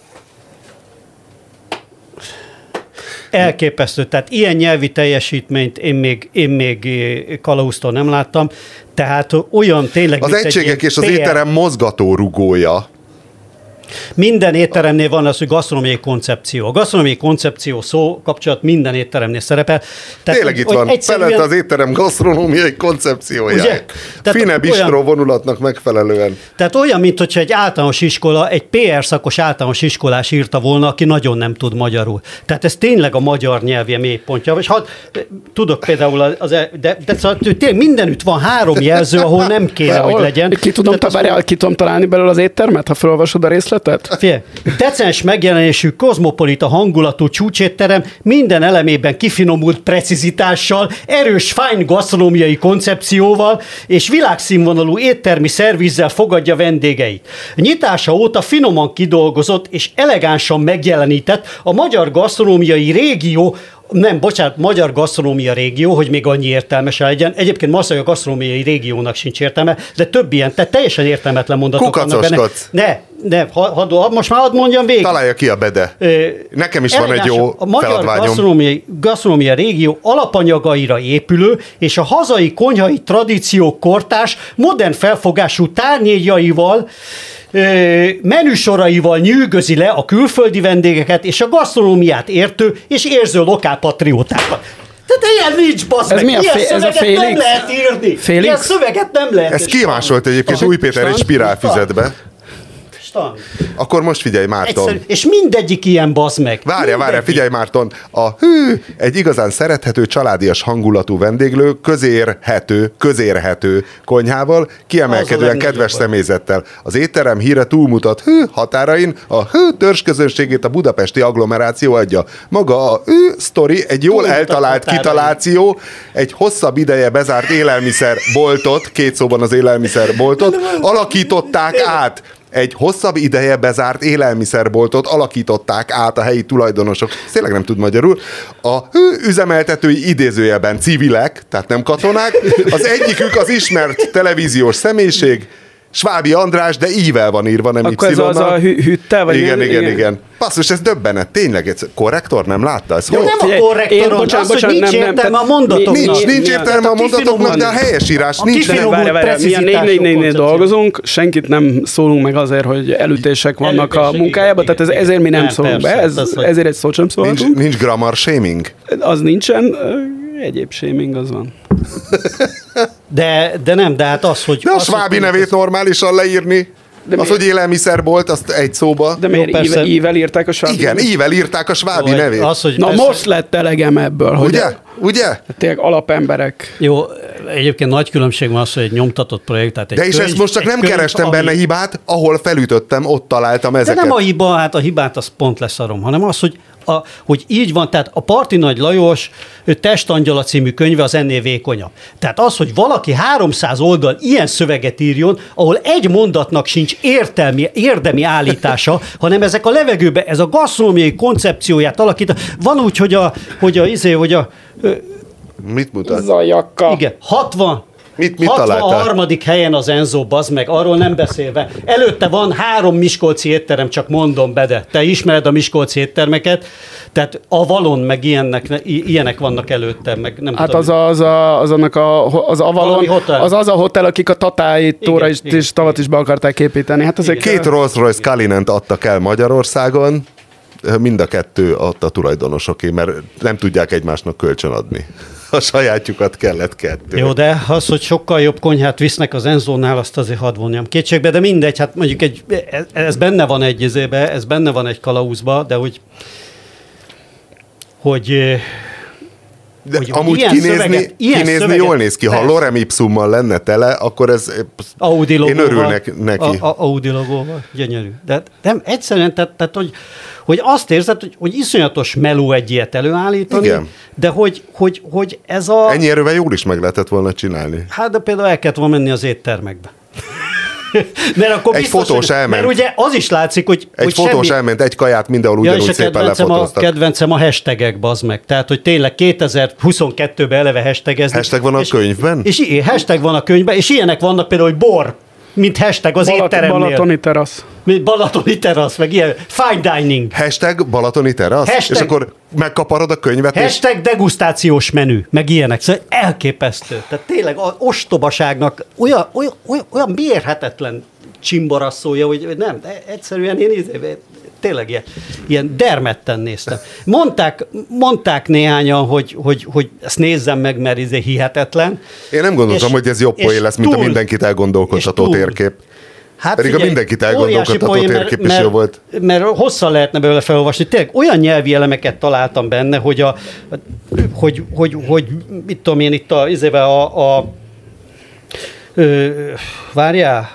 Elképesztő. Tehát ilyen nyelvi teljesítményt én még, én még kalauztól nem láttam. Tehát olyan tényleg... Az egységek és az pé er... étterem mozgatórugója. Minden étteremnél van az, hogy gasztronómiai koncepció. A gasztronómiai koncepció szó kapcsolat minden étteremnél szerepel. Tehát, Tényleg itt van, egyszerűen... felett az étterem gasztronómiai koncepciója. Fine bistró olyan... vonulatnak megfelelően. Tehát olyan, mint hogyha egy általános iskola, egy pé er szakos általános iskolás írta volna, aki nagyon nem tud magyarul. Tehát ez tényleg a magyar nyelvje mélypontja. És had, tudok például, az, de, de, de szóval tényleg mindenütt van három jelző, ahol nem kéne, hogy legyen. Ki tudom, ta, várjál, az... ki tudom találni belőle az éttermet, ha felolvasod a részletet? Figyelj, decens megjelenésű, kozmopolita hangulatú csúcsétterem minden elemében kifinomult precizitással, erős fine gasztronómiai koncepcióval és világszínvonalú éttermi szervizzel fogadja vendégeit. Nyitása óta finoman kidolgozott és elegánsan megjelenített a magyar gasztronómiai régió, nem, bocsánat, magyar gasztronómia régió, hogy még annyi értelmesen legyen. Egyébként Marszai a gasztronómiai régiónak sincs értelme, de több ilyen, tehát teljesen értelmetlen mondatok vannak benne. Ne, ne, ha, ha, most már hadd mondjam végig. Találja ki a bede. Ö, Nekem is van egy jó a magyar feladványom. Gasztronómia, gasztronómia régió alapanyagaira épülő és a hazai konyhai tradíciók kortárs, modern felfogású tárnyéjaival, menüsoraival nyűgözi le a külföldi vendégeket és a gasztronómiát értő és érző lokálpatriótákat. Tehát ilyen nincs, bassz meg. Ilyen fé- szöveget ez nem lehet írni. Félix? Ilyen szöveget nem lehet. Ez kimásolt egyébként Új Péter egy spirálfüzetbe. Stan. Akkor most figyelj, Márton. Egyszerű, és mindegyik ilyen, bazd meg. Várja, várja, figyelj, Márton. A hű, egy igazán szerethető, családias hangulatú vendéglő, közérhető, közérhető konyhával, kiemelkedően kedves személyzettel. Az étterem híre túlmutat hű határain, a hű törzsközönségét a budapesti agglomeráció adja. Maga a hű sztori egy jól túlmutat eltalált határain. Kitaláció, egy hosszabb ideje bezárt élelmiszerboltot, két szóban az élelmiszerboltot, alakították át. Egy hosszabb ideje bezárt élelmiszerboltot alakították át a helyi tulajdonosok. Tényleg nem tud magyarul. A hő üzemeltetői idézőjelben civilek, tehát nem katonák. Az egyikük az ismert televíziós személyiség, Svábi András, de ível van írva, nem akkor Y-nal. ez az a hü- hütte? Vagy igen, mi? igen, igen, igen. Basszus, ez döbbenet, tényleg, ez korrektor nem látta? Ez De hol? nem Figyelj, a korrektoron, én- bocsánat, az, hogy bocsánat, nincs nem, nem, értelme a tehát mondatoknak. Nincs, nincs mi- értelme tehát a a mondatoknak, de a kifinomult- helyesírás a nincs. kifinomult- benne. Várj, várj, mi a precizitású négy négy négynél koncepció. dolgozunk, senkit nem szólunk meg azért, hogy elütések vannak a Elütések, munkájába, igen, tehát ez, igen. ezért mi nem Nem, szólunk persze, be, ez, ez, hogy- ezért egy szót sem Nincs, szólhatunk. nincs grammar shaming. Az nincsen, ö, egyéb shaming az van. De, de nem, de hát az, hogy... De a az, Svábi hogy- nevét normálisan leírni, De az, miért? hogy élelmiszerbolt, azt egy szóba. De miért persze. íve, ível írták a Svábi? Igen, ível írták a Svábi vagy nevét. Az, hogy Na persze- most lett elegem ebből, hogy Ugye? Ugye? Hát tényleg alapemberek. Jó, egyébként nagy különbség van az, hogy egy nyomtatott projekt, tehát egy De és könyv, ezt most csak egy nem könyv, kerestem ami- benne hibát, ahol felütöttem, ott találtam De ezeket. nem a hiba, hát a hibát az pont leszarom, hanem az, hogy, a, hogy így van, tehát a Parti Nagy Lajos ő Testangyala című könyve az ennél vékonyabb. Tehát az, hogy valaki háromszáz oldal ilyen szöveget írjon, ahol egy mondatnak sincs értelmi, érdemi állítása, hanem ezek a levegőbe, ez a gasztronómiai koncepcióját alakít. Van úgy, hogy a, hogy a, izé, hogy a ö, Mit mutat? Zajakka. igen, hatvan, Mit- mit találtál? hatvanharmadik helyen az Enzo, bazd meg, arról nem beszélve. Előtte van három miskolci étterem, csak mondom be, de te ismered a miskolci éttermeket, tehát a Valon, meg ilyenek, i- ilyenek vannak előtte, meg nem Hát tudom. az, a, az, a, az annak a, az Valami Avalon, hotel. az az a hotel, akik a Tatáit, Tóra Igen, is, igen, és tavat is be akarták építeni. Hát ezek Két Rolls-Royce Cullinan-t adtak el Magyarországon, mind a kettő ott a tulajdonosoké, mert nem tudják egymásnak kölcsönadni. A sajátjukat kellett kettő. Jó, de az, hogy sokkal jobb konyhát visznek az Enzónál, azt azért hadd vonjam kétségbe, de mindegy, hát mondjuk egy, ez, ez benne van egy izébe, ez benne van egy kalauzba, de hogy hogy De hogy amúgy ilyen kinézni, szöveget- ilyen kinézni szöveget- jól néz ki. Ha Persze. Lorem Ipsummal lenne tele, akkor ez... Audi Én logóval. örülnek neki. A, a, Audi logóval. Gyönyörű. De nem, egyszerűen, tehát, tehát hogy, hogy azt érzed, hogy, hogy iszonyatos meló egy ilyet előállítani, Igen. de hogy, hogy, hogy ez a... Ennyi erővel jól is meg lehetett volna csinálni. Hát de például el kellett volna menni az éttermekbe. Mert akkor Egy biztos, fotós hogy- elment. Mert ugye az is látszik, hogy, Egy hogy fotós semmi... elment egy kaját, mindenhol Ja, és ugyanúgy a szépen kedvencem a, lefotóztak. kedvencem a hashtagek, bazd meg. Tehát, hogy tényleg kétezer-huszonkettőben eleve hashtagezni. Hashtag van a és, könyvben? És, és hashtag van a könyvben, és ilyenek vannak például, hogy bor, mint hashtag az Balat, étteremnél. Balatoni terasz. Mint Balatoni terasz, meg ilyen fine dining. Hashtag Balatoni terasz? Hashtag- És akkor megkaparod a könyvet, és Hashtag degustációs menü, meg ilyenek. Szóval elképesztő. Tehát tényleg az ostobaságnak olyan, olyan, olyan, olyan mérhetetlen csimbarasszója, hogy hogy nem, de egyszerűen én íz- tényleg ilyen, ilyen dermedten néztem. Mondták, mondták néhányan, hogy, hogy, hogy ezt nézzem meg, mert ez hihetetlen. én nem gondoltam, És- hogy ez jobb és poén lesz, mint a túl- mindenkit elgondolkodtató és túl. térkép. Hát Pedig a mindenkit elgondolkodtató óriási poén, térkép is jó volt. Mert hosszan lehetne belőle felolvasni. Tényleg olyan nyelvi elemeket találtam benne, hogy, a, hogy, hogy, hogy mit tudom én itt a, izébe a, a ö, várjál,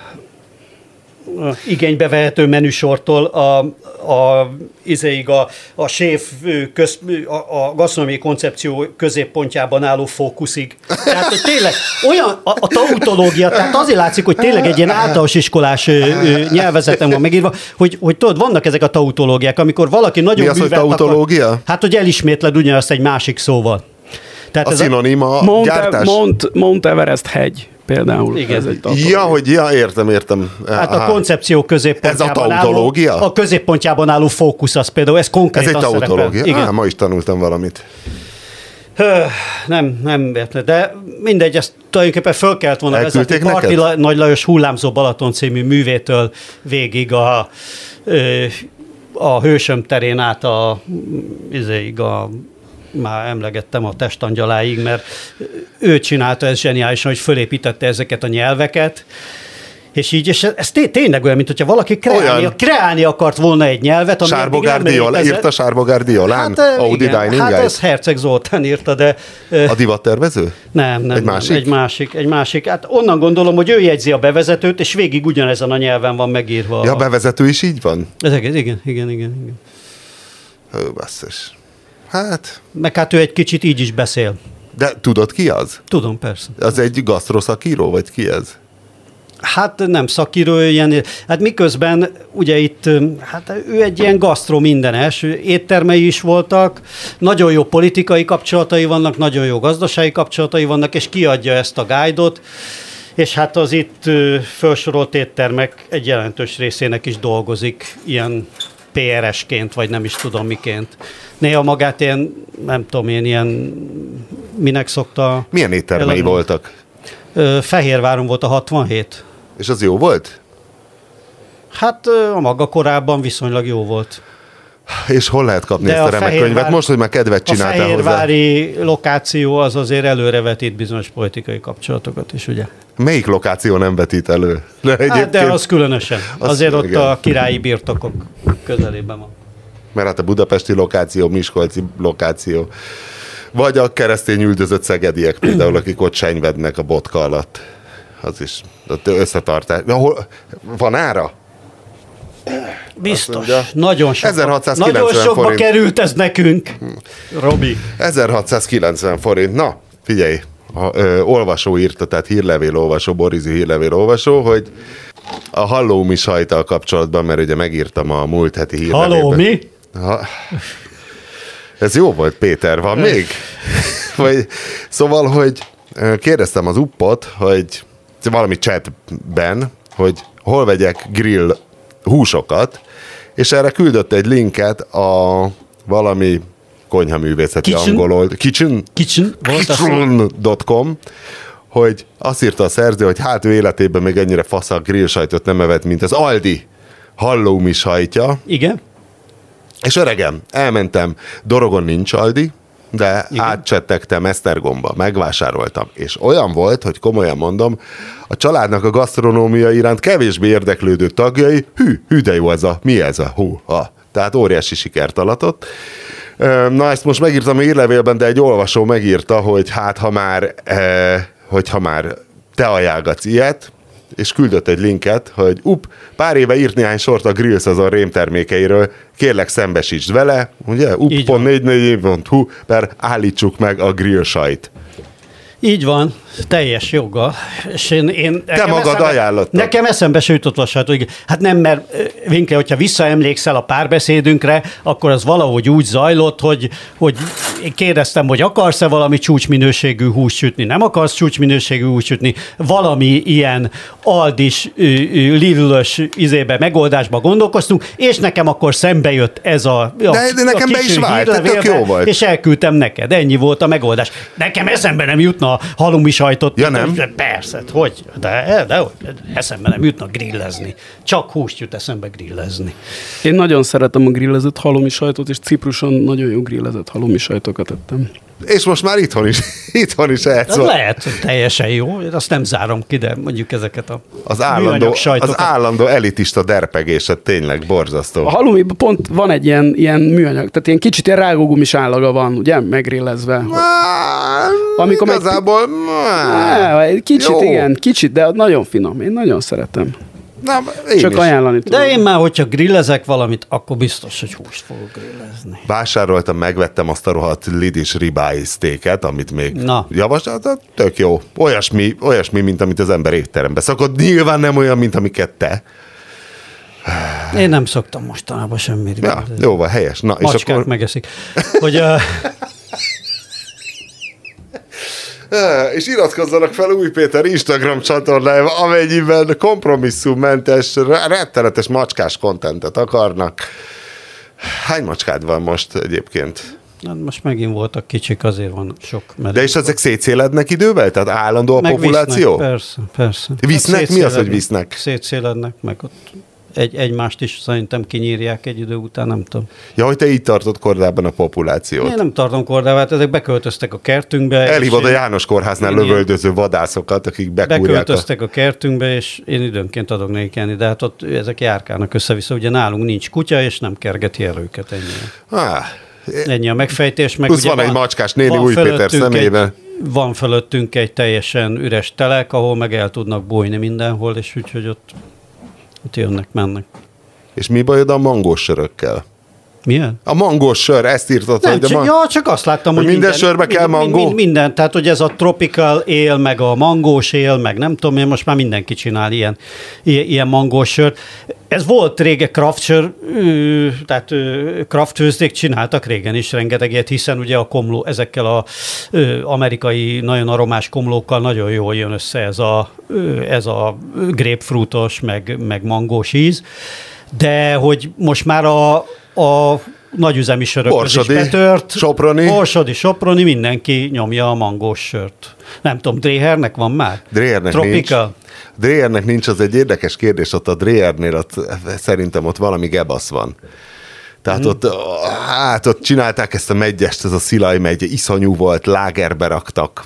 a igénybe vehető menüsortól a, a, izéig a, a séf köz, a, a gasztronómiai koncepció középpontjában álló fókuszig. Tehát, hogy tényleg olyan a, a tautológia, tehát azért látszik, hogy tényleg egy ilyen általános iskolás ö, ö, nyelvezetem van megírva, hogy, hogy tudod, vannak ezek a tautológiák, amikor valaki nagyon Mi az, hogy művelt tautológia? Akar, hát, hogy elismétled ugyanazt egy másik szóval. Tehát A ez szinonim a Mount, gyártás. Mount, Mount Everest hegy például. Igen. Ez egy tautológia. Ja, hogy ja, értem, értem. Hát Aha. a koncepció középpontjában Ez a tautológia? álló, a középpontjában álló fókusz az például, ez Ez konkrétan egy szerepel. tautológia? Igen. Á, ma is tanultam valamit. Hö, nem, nem értett, de mindegy, ezt tulajdonképpen föl kellett volna Elküldték vezetni Parti neked? La- Nagy Lajos Hullámzó Balaton című művétől végig a, ö, a Hősöm terén át a, izéig a már emlegettem a Testangyaláig, mert ő csinálta ezt zseniálisan, hogy fölépítette ezeket a nyelveket, és így, és ez té- tényleg olyan, mint hogyha valaki kreálni, Olyan. kreálni akart volna egy nyelvet, ami Sárbogár addig nem Diol, létezett. írta Sárbogár Diolán? Hát, Audi igen, Dining hát Guide? ez Herceg Zoltán írta, de... ö, A divattervező? nem, nem. Egy másik? Nem, egy másik, egy másik. Hát onnan gondolom, hogy ő jegyzi a bevezetőt, és végig ugyanezen a nyelven van megírva. Ja, a... bevezető is így van? Ez egész, igen, igen, igen, igen. Hő, basszus. Hát, Meg hát ő egy kicsit így is beszél. de tudod ki az? Tudom, persze. Az egy gasztroszakíró, vagy ki ez? Hát nem szakíró, ilyen, hát miközben ugye itt, hát ő egy ilyen gasztro mindenes, éttermei is voltak, nagyon jó politikai kapcsolatai vannak, nagyon jó gazdasági kapcsolatai vannak, és kiadja ezt a guide-ot, És hát az itt felsorolt éttermek egy jelentős részének is dolgozik, ilyen pé er esként, vagy nem is tudom miként. Néha magát ilyen, nem tudom én, ilyen, minek szokta... Milyen éttermei eladni? voltak? Fehérváron volt a hatvanhét. És az jó volt? Hát a maga korában viszonylag jó volt. És hol lehet kapni De ezt a, a remek Fehérvár... könyvet? Most, hogy már kedvet A csináltál hozzá. fehérvári lokáció az azért előrevetít bizonyos politikai kapcsolatokat is, ugye? Melyik lokáció nem vetít elő? De, Hát, de az különösen. Az, Azért ott igen. a királyi birtokok közelében van. Mert hát a budapesti lokáció, miskolci lokáció, vagy a keresztény üldözött szegediek például, akik ott senyvednek a botka alatt. Az is ott összetartás. Hol, van ára? Biztos. mondja, Nagyon sokba, ezerhatszázkilencven nagyon sokba forint. került ez nekünk, Robi. ezerhatszázkilencven forint. Na, figyelj, a, ö, olvasó írta, tehát hírlevél olvasó, Borizzi hírlevél olvasó, hogy a hallómi sajttal kapcsolatban, mert ugye megírtam a múlt heti hírlevélben. Haló, mi? Ha, ez jó volt, Péter, van még? Vagy, szóval, hogy ö, kérdeztem az uppot, hogy valami chatben, hogy hol vegyek grill húsokat, és erre küldött egy linket a valami konyhaművészeti Kitchen? angol old, kitchen, Kitchen? Volt az? kitchen dot com, hogy azt írta a szerző, hogy hát ő életében még ennyire faszak grill sajtot nem evett, mint az Aldi halloumi sajtja. Igen. És öregem, elmentem, Dorogon nincs Aldi, de igen, átcsettegtem Esztergomba, megvásároltam. És olyan volt, hogy komolyan mondom, a családnak a gasztronómia iránt kevésbé érdeklődő tagjai, hű, hű de jó ez a, mi ez a, hú, ha. Tehát óriási sikert alatott. Na ezt most megírtam a hírlevélben, de egy olvasó megírta, hogy hát ha már, eh, hogyha már te ajánlgatsz ilyet, és küldött egy linket, hogy up, pár éve írt néhány sort a grill szezon rémtermékeiről, kérlek szembesítsd vele, ugye, up pont négy négy pont hu, per állítsuk meg a grill sajt. Így van, teljes joggal. És én, én, Te magad eszembe, ajánlottad. Nekem eszembe se jutott vasát, hogy hát nem, mert Vinke, hogyha visszaemlékszel a párbeszédünkre, akkor az valahogy úgy zajlott, hogy, hogy én kérdeztem, hogy akarsz-e valami csúcsminőségű húst sütni, nem akarsz csúcsminőségű húst sütni, valami ilyen Aldis, Lidl-ös izébe, megoldásba gondolkoztunk, és nekem akkor szembe jött ez a, a De, de nekem a be is vált, tök jó volt. és elküldtem neked. Ennyi volt a megoldás. Nekem eszembe nem jutna halloumi sajtot. Ja, nem? Persze, hogy? De, de hogy? Eszembe nem jutna grillezni. Csak húst jut eszembe grillezni. Én nagyon szeretem a grillezett halloumi sajtot, és Cipruson nagyon jó grillezett halloumi sajtokat ettem. És most már itthon is, itthon is ehetsz. Ez lehet, hogy teljesen jó. Én azt nem zárom ki, de mondjuk ezeket a Az állandó, az állandó elitista derpegésed tényleg borzasztó. A halloumiban pont van egy ilyen, ilyen műanyag, tehát ilyen kicsit ilyen rágógumis állaga van, ugye, megrillezve. Amikor igazából... Meg... Egy kicsit, jó. igen, kicsit, de nagyon finom. Én nagyon szeretem. Na, én Csak is. ajánlani tudom. De én már, hogyha grillezek valamit, akkor biztos, hogy húst fogok grillezni. Vásároltam, megvettem azt a rohadt Lidis ribeye steaket, amit még Na. javasoltad, tök jó. Olyasmi, olyasmi, mint amit az ember étterembe szokott. Nyilván nem olyan, mint amiket te. Én nem szoktam mostanában semmit. Ja, jó van, helyes. Na, és Macskák akkor... megeszik. Hogy uh, És iratkozzanak fel Új Péter Instagram csatornájába, amennyiben kompromisszummentes, rettenetes macskás kontentet akarnak. Hány macskád van most egyébként? most megint voltak kicsik, azért van sok. De és ezek szétszélednek idővel? Tehát állandó a meg populáció? Visznek, persze, persze. Visznek? Hát Mi az, hogy visznek? Szétszélednek, meg ott egy, egymást is szerintem kinyírják egy idő után, nem tudom. Ja, hogy te így tartod kordában a populációt. Én nem tartom kordával, ezek beköltöztek a kertünkbe. Elhívod a én- János Kórháznál én lövöldöző vadászokat, akik bekúrják a... Beköltöztek a kertünkbe, és én időnként adok nekik enni, de hát ott ezek járkálnak össze-vissza. Ugye nálunk nincs kutya, és nem kergeti el őket ennyi. Ah, Ennyi a megfejtés. Meg plusz ugye van egy macskás néni van Új Péter fölöttünk szemében. Egy, van fölöttünk egy teljesen üres telek, ahol meg el tudnak bújni mindenhol, és úgyhogy ott, ott jönnek, mennek. És mi bajod a mangós sörökkel? Milyen? A mangós sör, ezt írtad, Nem, hogy csak, a man... ja, csak azt láttam, hogy minden, minden sörbe kell mind, mangó? Mind, minden, tehát hogy ez a tropical él, meg a mangós él, meg nem tudom én, most már mindenki csinál ilyen, ilyen, ilyen mangós sört. Ez volt régen craft sör, tehát craft főzdék csináltak régen is rengeteg ilyet, hiszen ugye a komló, ezekkel a amerikai nagyon aromás komlókkal nagyon jól jön össze ez a, ez a grapefruitos, meg, meg mangós íz, de hogy most már a, a nagyüzemi sörök is betört. Soproni. Borsodi, Soproni, mindenki nyomja a mangós sört. Nem tudom, Drehernek van már? Drehernek Tropical? nincs. Drehernek nincs, az egy érdekes kérdés, ott a Drehernél ott, szerintem ott valami gebasz van. Tehát hmm. ott, hát ott csinálták ezt a megyest, ez a Szilaj megye, iszonyú volt, lágerbe raktak.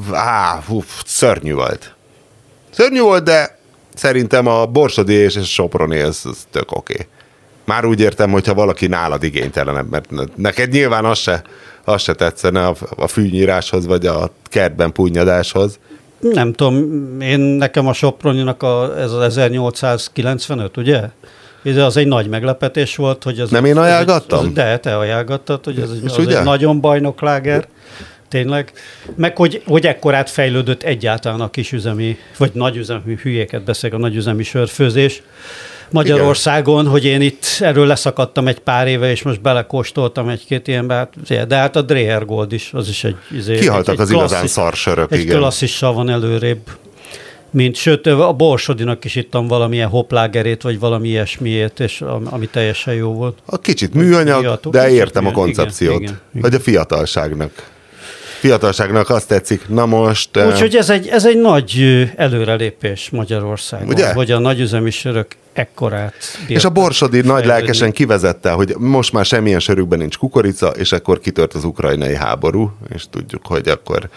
Á, uf, szörnyű volt. Szörnyű volt, de szerintem a Borsodi és a Soproni, ez, ez tök oké. Okay. Már úgy értem, hogyha valaki nálad igénytelenebb, mert neked nyilván az se, az se tetszene a, a fűnyíráshoz, vagy a kertben punnyadáshoz. Nem tudom, én nekem a Soproninak a, ez az ezernyolcszázkilencvenöt, ugye? Ez az egy nagy meglepetés volt, hogy az... Nem én ajánlgattam? Egy, de, te ajánlgattad, hogy ez egy, az ugye? egy nagyon bajnokláger. Tényleg. Meg hogy, hogy ekkorát fejlődött egyáltalán a kisüzemi, vagy nagyüzemi, hülyéket beszélek, a nagyüzemi sörfőzés Magyarországon, igen. Hogy én itt erről leszakadtam egy pár éve, és most belekóstoltam egy-két ilyenbe, de hát a Dreher Gold is, az is egy... Izé, kihaltak egy, az egy igazán szarsörök, egy igen. Egy klasszissal van előrébb. Mint, sőt, a Borsodinak is ittam valamilyen hoplágerét, vagy valami ilyesmiét, és ami teljesen jó volt. A kicsit műanyag, Fiatok, de értem igen, a koncepciót, igen, igen, igen. Hogy a fiatalságnak. Fiatalságnak azt tetszik, na most... Úgyhogy ez egy, ez egy nagy előrelépés Magyarországon, ugye? Hogy a nagyüzemi sörök ekkorát bírták. És a Borsodi fejlődni. nagy lelkesen kivezette, hogy most már semmilyen sörükben nincs kukorica, és akkor kitört az ukrajnai háború, és tudjuk, hogy akkor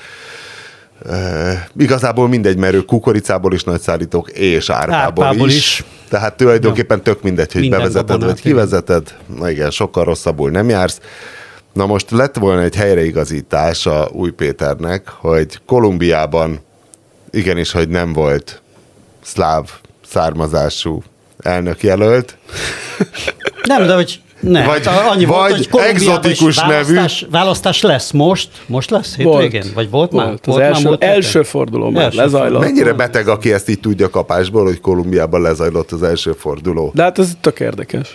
e, igazából mindegy, mert ők kukoricából is nagy szállítók, és árpából, árpából is. is. Tehát tulajdonképpen tök mindegy, hogy minden bevezeted, vagy kivezeted. Na igen, sokkal rosszabbul nem jársz. Na most lett volna egy helyreigazítás a Új Péternek, hogy Kolumbiában igenis, hogy nem volt szláv származású elnökjelölt. Nem, de hogy nem. Vagy, annyi vagy volt, hogy egzotikus választás, nevű. Választás lesz most? Most lesz hétvégén? Vagy volt, volt már? Az volt első, már első forduló már első lezajlott. Mennyire beteg, aki ezt így tudja kapásból, hogy Kolumbiában lezajlott az első forduló? De hát ez tök érdekes.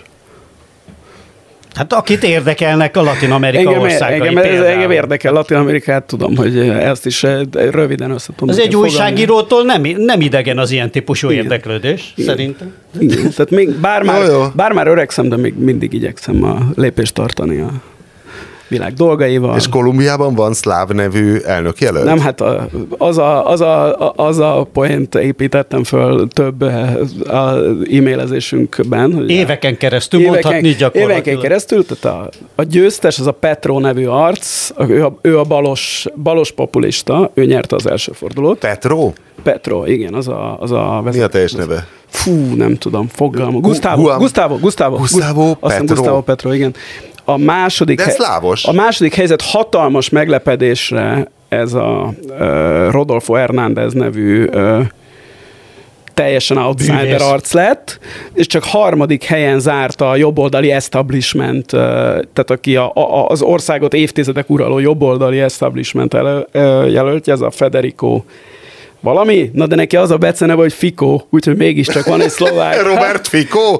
Hát akit érdekelnek a Latin-Amerika engem, országai engem, ez, engem érdekel Latin-Amerikát, tudom, hogy ezt is röviden össze tudom. Ez egy újságírótól nem, nem idegen az ilyen típusú igen. érdeklődés, igen. szerintem. Igen. Tehát még bár már, bár már öregszem, de még mindig igyekszem a lépést tartani a világ dolgaival. És Kolumbiában van szláv nevű elnökjelölt? Nem, hát a, az, a, az, a, az a poént építettem föl több az e-mailezésünkben. Hogy éveken keresztül éveken, mondhatni gyakorlatilag. Éveken keresztül, tehát a, a győztes, az a Petro nevű arc, ő a, ő a balos, balos populista, ő nyerte az első fordulót. Petro? Petro, igen, az a... Az a Mi a teljes neve? Fú, nem tudom, fogalmam. Gustavo, Guam. Gustavo, Gustavo. Gustavo Petro. Gustavo Petro, igen. A második, De szlávos. A második helyzet hatalmas meglepedésre ez a uh, Rodolfo Hernández nevű uh, teljesen outsider Bűvész. arc lett, és csak harmadik helyen zárta a jobboldali establishment, uh, tehát aki a, a, az országot évtizedek uraló jobboldali establishment elő, uh, jelöltje, ez a Federico valami? Na de neki az a beceneve, hogy Fico, úgyhogy mégiscsak van egy szlovák. Robert Fico?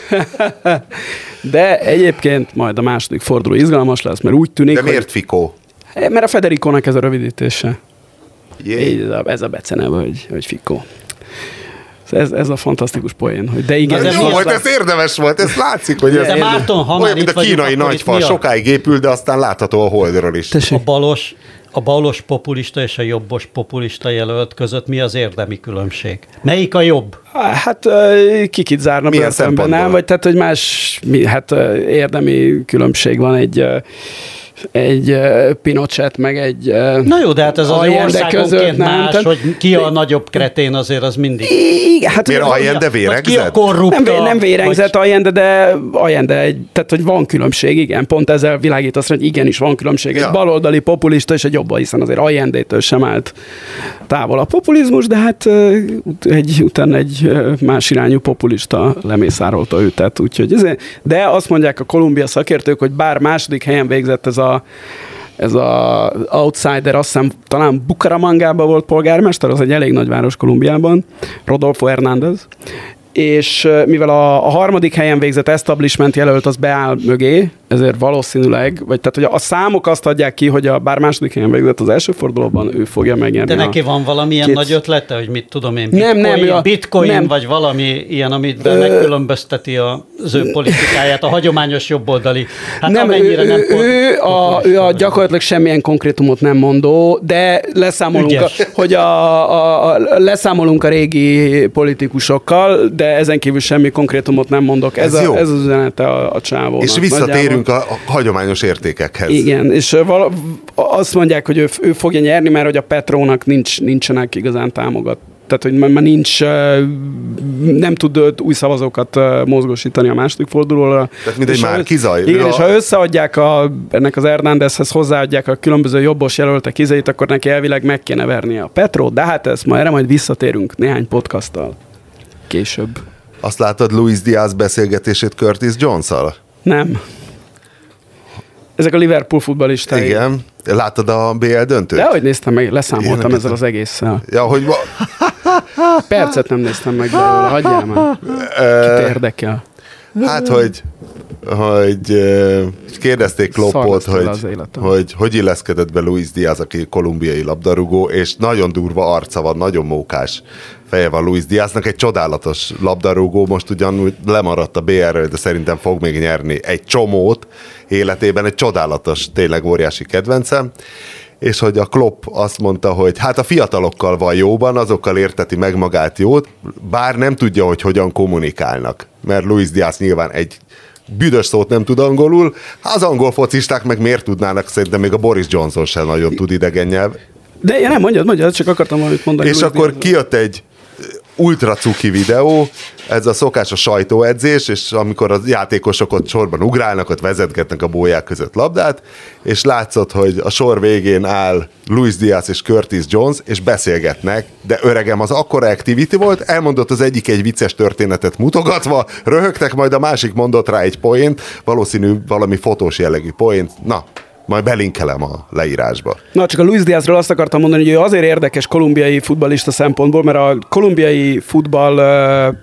De egyébként majd a második forduló izgalmas lesz, mert úgy tűnik, de miért hogy... Fico? Mert a Federicónak ez a rövidítése. Jé. Ez a, ez a beceneve, hogy, hogy Fico. Ez, ez a fantasztikus poén, hogy de igen. Ez jó volt, ez érdemes volt, ez látszik, hogy ez de Márton, ha olyan, mint a kínai nagyfal, sokáig épül, de aztán látható a holdról is. Tessék. A balos, a balos populista és a jobbos populista jelölt között mi az érdemi különbség? Melyik a jobb? Hát kikit zárna börtönben, nem? Vagy tehát, hogy más, mi, hát érdemi különbség van egy egy uh, Pinochet, meg egy uh, Na jó, de hát ez az országonként más, tehát, hogy ki a nagyobb kretén azért az mindig. Igen, hát miért Allende vérengzett? Ki a korrupta? Nem, nem vérengzett vagy... Allende, de Allende egy, tehát hogy van különbség, igen, pont ezzel világítasz, hogy igenis van különbség. Ja. Egy baloldali populista és egy jobban, hiszen azért Allendétől sem állt távol a populizmus, de hát egy, utána egy más irányú populista lemészárolta őt. Tehát, úgyhogy ezért, de azt mondják a Kolumbia szakértők, hogy bár második helyen végzett ez a ez a outsider, azt hiszem talán Bucaramangában volt polgármester, az egy elég nagy város Kolumbiában, Rodolfo Hernández, és mivel a, a harmadik helyen végzett establishment jelölt az beáll mögé, ezért valószínűleg, vagy tehát hogy a számok azt adják ki, hogy a bár második helyen végzett az első fordulóban, ő fogja megnyerni. De neki van valamilyen két... nagy ötlete, hogy mit tudom én, bitcoin, nem, nem, bitcoin nem. vagy valami ilyen, amit Ö... megkülönbözteti az ő politikáját, a hagyományos jobboldali. Hát nem, ő, nem ő, ő, a, ő a gyakorlatilag semmilyen konkrétumot nem mondó, de leszámolunk, a, hogy a, a, a, leszámolunk a régi politikusokkal, de ezen kívül semmi konkrétumot nem mondok. Ez, ez, a, ez az üzenete a, a csávónak. És visszatérünk a, a hagyományos értékekhez. Igen, és vala, azt mondják, hogy ő, ő fogja nyerni, mert hogy a Petrónak nincs, nincsenek igazán támogat. Tehát, hogy már nincs, nem tud új szavazókat mozgósítani a második fordulóra. Tehát mindegy már kizaj. Igen, a... és ha összeadják a, ennek az Hernándezhez hozzáadják a különböző jobbos jelöltek izeit, akkor neki elvileg meg kéne vernie a Petrót, de hát ezt ma erre majd visszatérünk néhány podcasttal később. Azt látod Luis Diaz beszélgetését Curtis Jones-szal? Nem. Ezek a Liverpool futballisták. Igen. Láttad a bé el döntőt? Dehogy néztem meg, leszámoltam Én ezzel az egésszel. Ja, hogy ma... Percet nem néztem meg belőle, hagyjál már. Kit érdekel? Hát, hogy, hogy kérdezték Kloppot, hogy, hogy hogy illeszkedett be Luis Diaz, aki kolumbiai labdarúgó, és nagyon durva arca van, nagyon mókás feje van Luis Diaznak, egy csodálatos labdarúgó, most ugyanúgy lemaradt a bé el-ről, de szerintem fog még nyerni egy csomót életében, egy csodálatos, tényleg óriási kedvencem, és hogy a Klopp azt mondta, hogy hát a fiatalokkal van jóban, azokkal érteti meg magát jót, bár nem tudja, hogy hogyan kommunikálnak, mert Luis Diaz nyilván egy büdös szót nem tud angolul, az angol focisták meg miért tudnának, szerintem még a Boris Johnson sem nagyon tud idegen nyelv. De ja, nem, mondjad, mondjad, csak akartam valamit mondani. És Luis akkor Diaz. Kijött egy ultra cuki videó, ez a szokásos sajtóedzés, és amikor a játékosok ott sorban ugrálnak, ott vezetgetnek a bóják között labdát, és látszott, hogy a sor végén áll Luis Diaz és Curtis Jones, és beszélgetnek, de öregem, az akkora activity volt, elmondott az egyik egy vicces történetet mutogatva, röhögtek, majd a másik mondott rá egy poént, valószínű valami fotós jellegű poént, na, majd belinkelem a leírásba. Na, csak a Luis Diazról azt akartam mondani, hogy ő azért érdekes kolumbiai futballista szempontból, mert a kolumbiai futball uh,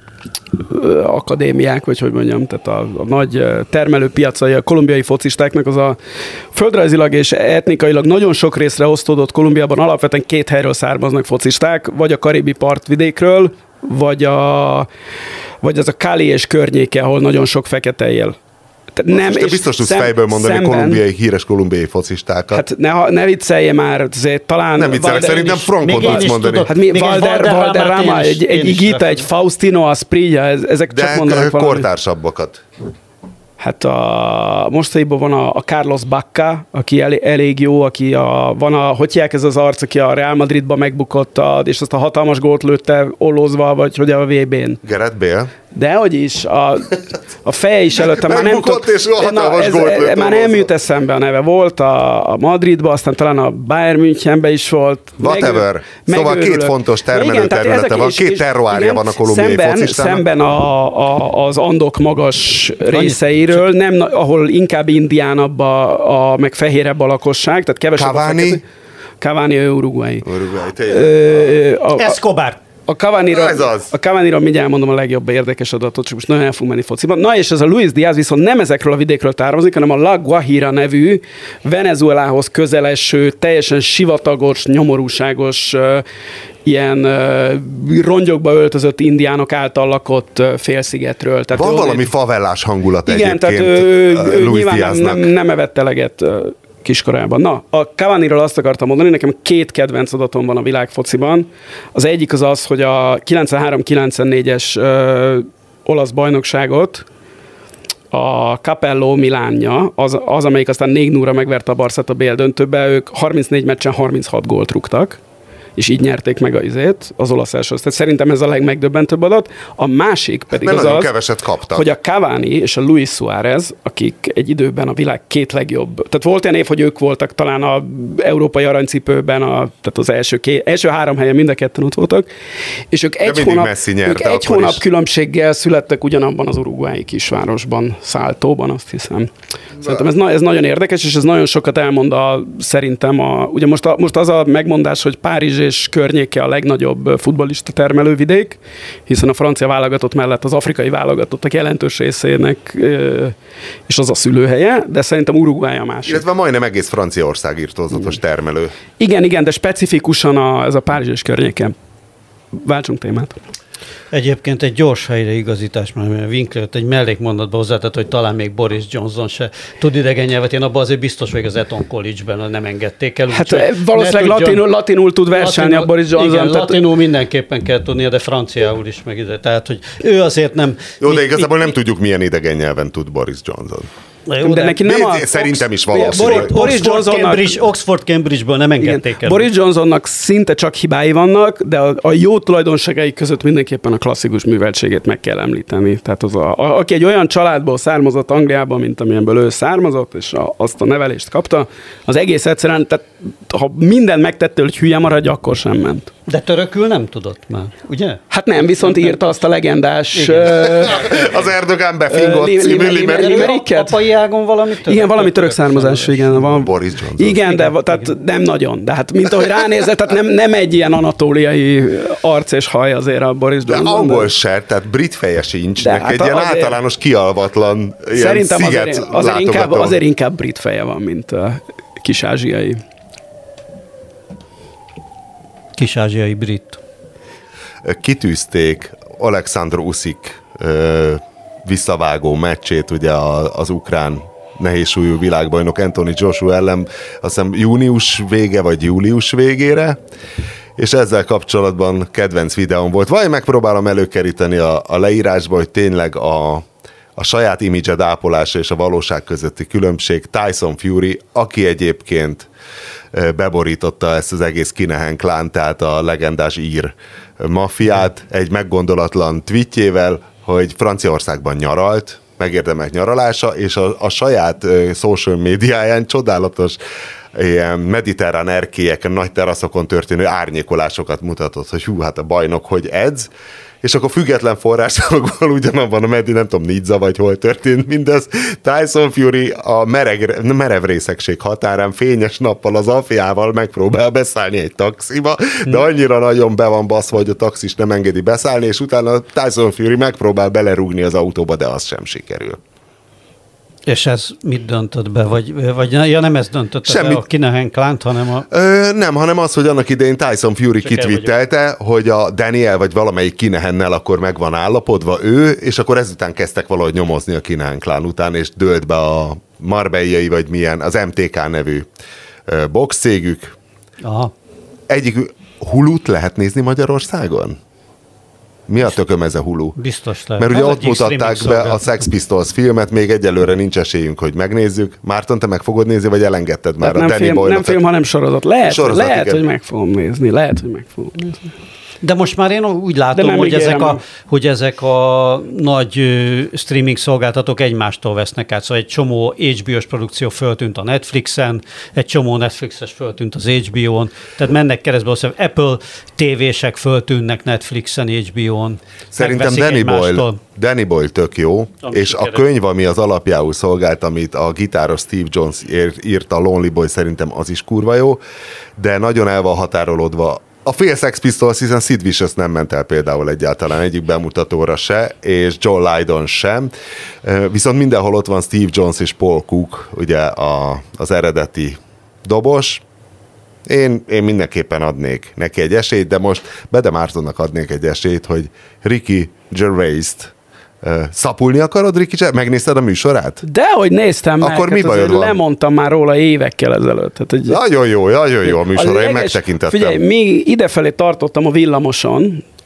uh, akadémiák, vagy hogy mondjam, tehát a, a nagy termelőpiacai a kolumbiai focistáknak az a földrajzilag és etnikailag nagyon sok részre osztódott Kolumbiában alapvetően két helyről származnak focisták, vagy a karibi partvidékről, vagy, a, vagy az a Cali és környéke, ahol nagyon sok fekete él. Nem, te biztos tudsz szem, fejből mondani szemben, kolumbiai, híres kolumbiai focistákat. Hát ne, ne viccelje már, azért talán... Nem viccelek, szerintem Frankot tudsz mondani. Tudod, hát mi, Valder, Valderrama, egy, egy Igita, egy Faustino Asprilla, ezek de csak mondanak valamit. De kortársabbakat. Hát a, mostaniban van a, a Carlos Bacca, aki elég, elég jó, aki a, van a, hogy hívják ez az arc, aki a Real Madridba megbukott, a, és azt a hatalmas gólt lőtte ollózva, vagy hogy a vé bén. Gareth Bale. Dehogy is, a, a feje is előtte már nem tud, és na, ez, ez, már nem jut eszembe a neve. Volt a, a Madridba, aztán talán a Bayern Münchenbe is volt. Whatever. Meg, szóval két fontos termelőterülete van, két terroárja van a kolumbiai szemben, focistának. Szemben a, a, az Andok magas részeiről, nem, ahol inkább indiánabb, a, a, meg fehérebb a lakosság, tehát kevesebb Cavani. a fekete. Cavani, Uruguay. Uruguay, tényleg. Escobar. A Cavaniról, a Cavaniról mindjárt mondom a legjobb érdekes adatot, csak most nagyon el fogunk menni fociban. Na és ez a Luis Diaz viszont nem ezekről a vidékről tármazik, hanem a La Guajira nevű, Venezuelához közeleső, teljesen sivatagos, nyomorúságos, uh, ilyen uh, rongyokba öltözött indiánok által lakott uh, félszigetről. Tehát van ő, valami favelás hangulat igen, egyébként. Igen, tehát ő, uh, ő nyilván nem, nem, nem evett eleget uh, kiskorában. Na, a Cavaniról azt akartam mondani, nekem két kedvenc adatom van a világfociban. Az egyik az az, hogy a kilencvenhárom kilencvennégyes ö, olasz bajnokságot a Capello Milánja, az, az amelyik aztán négy nulla megverte a Barszát a bé el döntőbe, ők harmincnégy meccsen harminchat gólt rúgtak, és így nyerték meg a izét, az olasz első. Tehát szerintem ez a legmegdöbbentőbb adat. A másik pedig mert az az, keveset kaptak. hogy a Cavani és a Luis Suárez, akik egy időben a világ két legjobb, tehát volt olyan év, hogy ők voltak talán az európai aranycipőben, a, tehát az első, ké, első három helyen mind a ketten ott voltak, és ők egy hónap, ők egy hónap különbséggel születtek ugyanabban az uruguayi kisvárosban, Saltóban, azt hiszem. Szerintem ez, ez nagyon érdekes, és ez nagyon sokat elmond a, szerintem, a, ugye most, a, most az a megmondás, hogy Párizs és környéke a legnagyobb futballista termelővidék, hiszen a francia válogatott mellett az afrikai válogatottak jelentős részének, és az a szülőhelye, de szerintem Uruguay a másik. Illetve majdnem egész Franciaország irtózatos termelő. Igen, igen, de specifikusan a, ez a Párizs és környéke. Váltsunk témát. Egyébként egy gyors helyreigazítás, mert Winkler egy mellékmondatba hozzátett, hogy talán még Boris Johnson se tud idegen nyelvet. Én abban azért biztos vagyok, az Eton College-ben nem engedték el. Hát úgy, valószínűleg latinul, latinul tud verselni latinul, a Boris Johnson. Igen, tehát... latinul mindenképpen kell tudnia, de franciául is meg ide. Tehát, hogy ő azért nem... Jó, de igazából mi, nem tudjuk, milyen idegen nyelven tud Boris Johnson. Jó, de neki nem a, szerintem is valószínű. Boris, Boris Johnsonnak, Cambridge, Oxford Cambridge-ből nem engedték el. Boris Johnsonnak szinte csak hibái vannak, de a, a jó tulajdonságai között mindenképpen a klasszikus műveltségét meg kell említeni. Tehát az a, a, aki egy olyan családból származott Angliában, mint amilyenből ő származott, és a, azt a nevelést kapta, az egész egyszerűen, tehát ha mindent megtettél, hogy hülye maradj, akkor sem ment. De törökül nem tudott már, ugye? Hát nem, viszont írta azt a legendás... Uh, az Erdogán befingott című limericket. Apai ágon valami török? Igen, valami török származású, igen. Van. Boris Johnson. Igen, de tehát nem nagyon. De hát mint ahogy ránézett, tehát nem, nem egy ilyen anatóliai arc és haj azért a Boris Johnson. De angol se, tehát brit feje sincs. De hát egy ilyen azért, általános kialvatlan szerintem ilyen sziget azért, azért, inkább, azért inkább brit feje van, mint a kis-ázsiai. Kis-ázsiai brit. Kitűzték Alexandr Usyk visszavágó meccsét, ugye az ukrán nehézsúlyú világbajnok Anthony Joshua ellen, azt hiszem június vége vagy július végére, és ezzel kapcsolatban kedvenc videóm volt. Vagy megpróbálom előkeríteni a, a leírásba, hogy tényleg a, a saját imidzsed ápolása és a valóság közötti különbség. Tyson Fury, aki egyébként beborította ezt az egész Kinehen klán, tehát a legendás ír maffiát egy meggondolatlan tweetjével, hogy Franciaországban nyaralt, megérdemelt nyaralása, és a, a saját uh, social médiáján csodálatos ilyen mediterrán erkélyeken, nagy teraszokon történő árnyékolásokat mutatott, hogy hú, hát a bajnok, hogy edz, és akkor független forrásokból ugyanabban a meddi, nem tudom, Nizza vagy hol történt mindez. Tyson Fury a mereg, merev részegség határán fényes nappal az afiával megpróbál beszállni egy taxiba, de annyira nagyon be van baszva, hogy a taxis nem engedi beszállni, és utána Tyson Fury megpróbál belerúgni az autóba, de az sem sikerül. És ez mit döntött be? Vagy, vagy ja, nem ez döntött be a Kinehen klánt, hanem a... Ö, nem, hanem az, hogy annak idején Tyson Fury kitvittelte, hogy a Daniel vagy valamelyik Kinehennel akkor meg van állapodva ő, és akkor ezután kezdtek valahogy nyomozni a Kinehen klán után, és dőlt be a Marbelliai vagy milyen, az em té ká nevű boxcégük. Aha. Egyik Hulut lehet nézni Magyarországon? Mi a tököm ez a Hulu? Biztos lehet. Mert ugye az ott mutatták be a Sex Pistols filmet, még egyelőre nincs esélyünk, hogy megnézzük. Márton, te meg fogod nézni, vagy elengedted már nem a Danny film, Boyle-ot? Nem film, hanem sorozat. Lehet, sorozat, lehet hogy meg fogom nézni. Lehet, hogy meg fogom nézni. De most már én úgy látom, hogy ezek, a, hogy ezek a nagy streaming szolgáltatók egymástól vesznek át. Szóval egy csomó há bé ó-s produkció föltűnt a Netflixen, egy csomó Netflixes föltűnt az há bé ó-n, tehát mennek keresztbe, azt hiszem, Apple tévések föltűnnek Netflixen, há bé ó-n. Szerintem Danny Boyle, Danny Boyle tök jó, amit és a könyv, ami az alapjául szolgált, amit a gitáros Steve Jones írt, a Lonely Boy, szerintem az is kurva jó, de nagyon el van határolódva. A fél Sex Pistols, hiszen Sid Vicious nem ment el például egyáltalán egyik bemutatóra se, és John Lydon sem. Viszont mindenhol ott van Steve Jones és Paul Cook, ugye a, az eredeti dobos. Én, én mindenképpen adnék neki egy esélyt, de most Bede Mártonnak adnék egy esélyt, hogy Ricky Gervais-t szapulni akarod, Ricky? Megnézted a műsorát? Dehogy néztem meg. Akkor mi hát bajod van? Lemondtam már róla évekkel ezelőtt. Hát egy... Nagyon jó, nagyon jó a műsora, én megtekintettem. Figyelj, még idefelé tartottam a villamoson,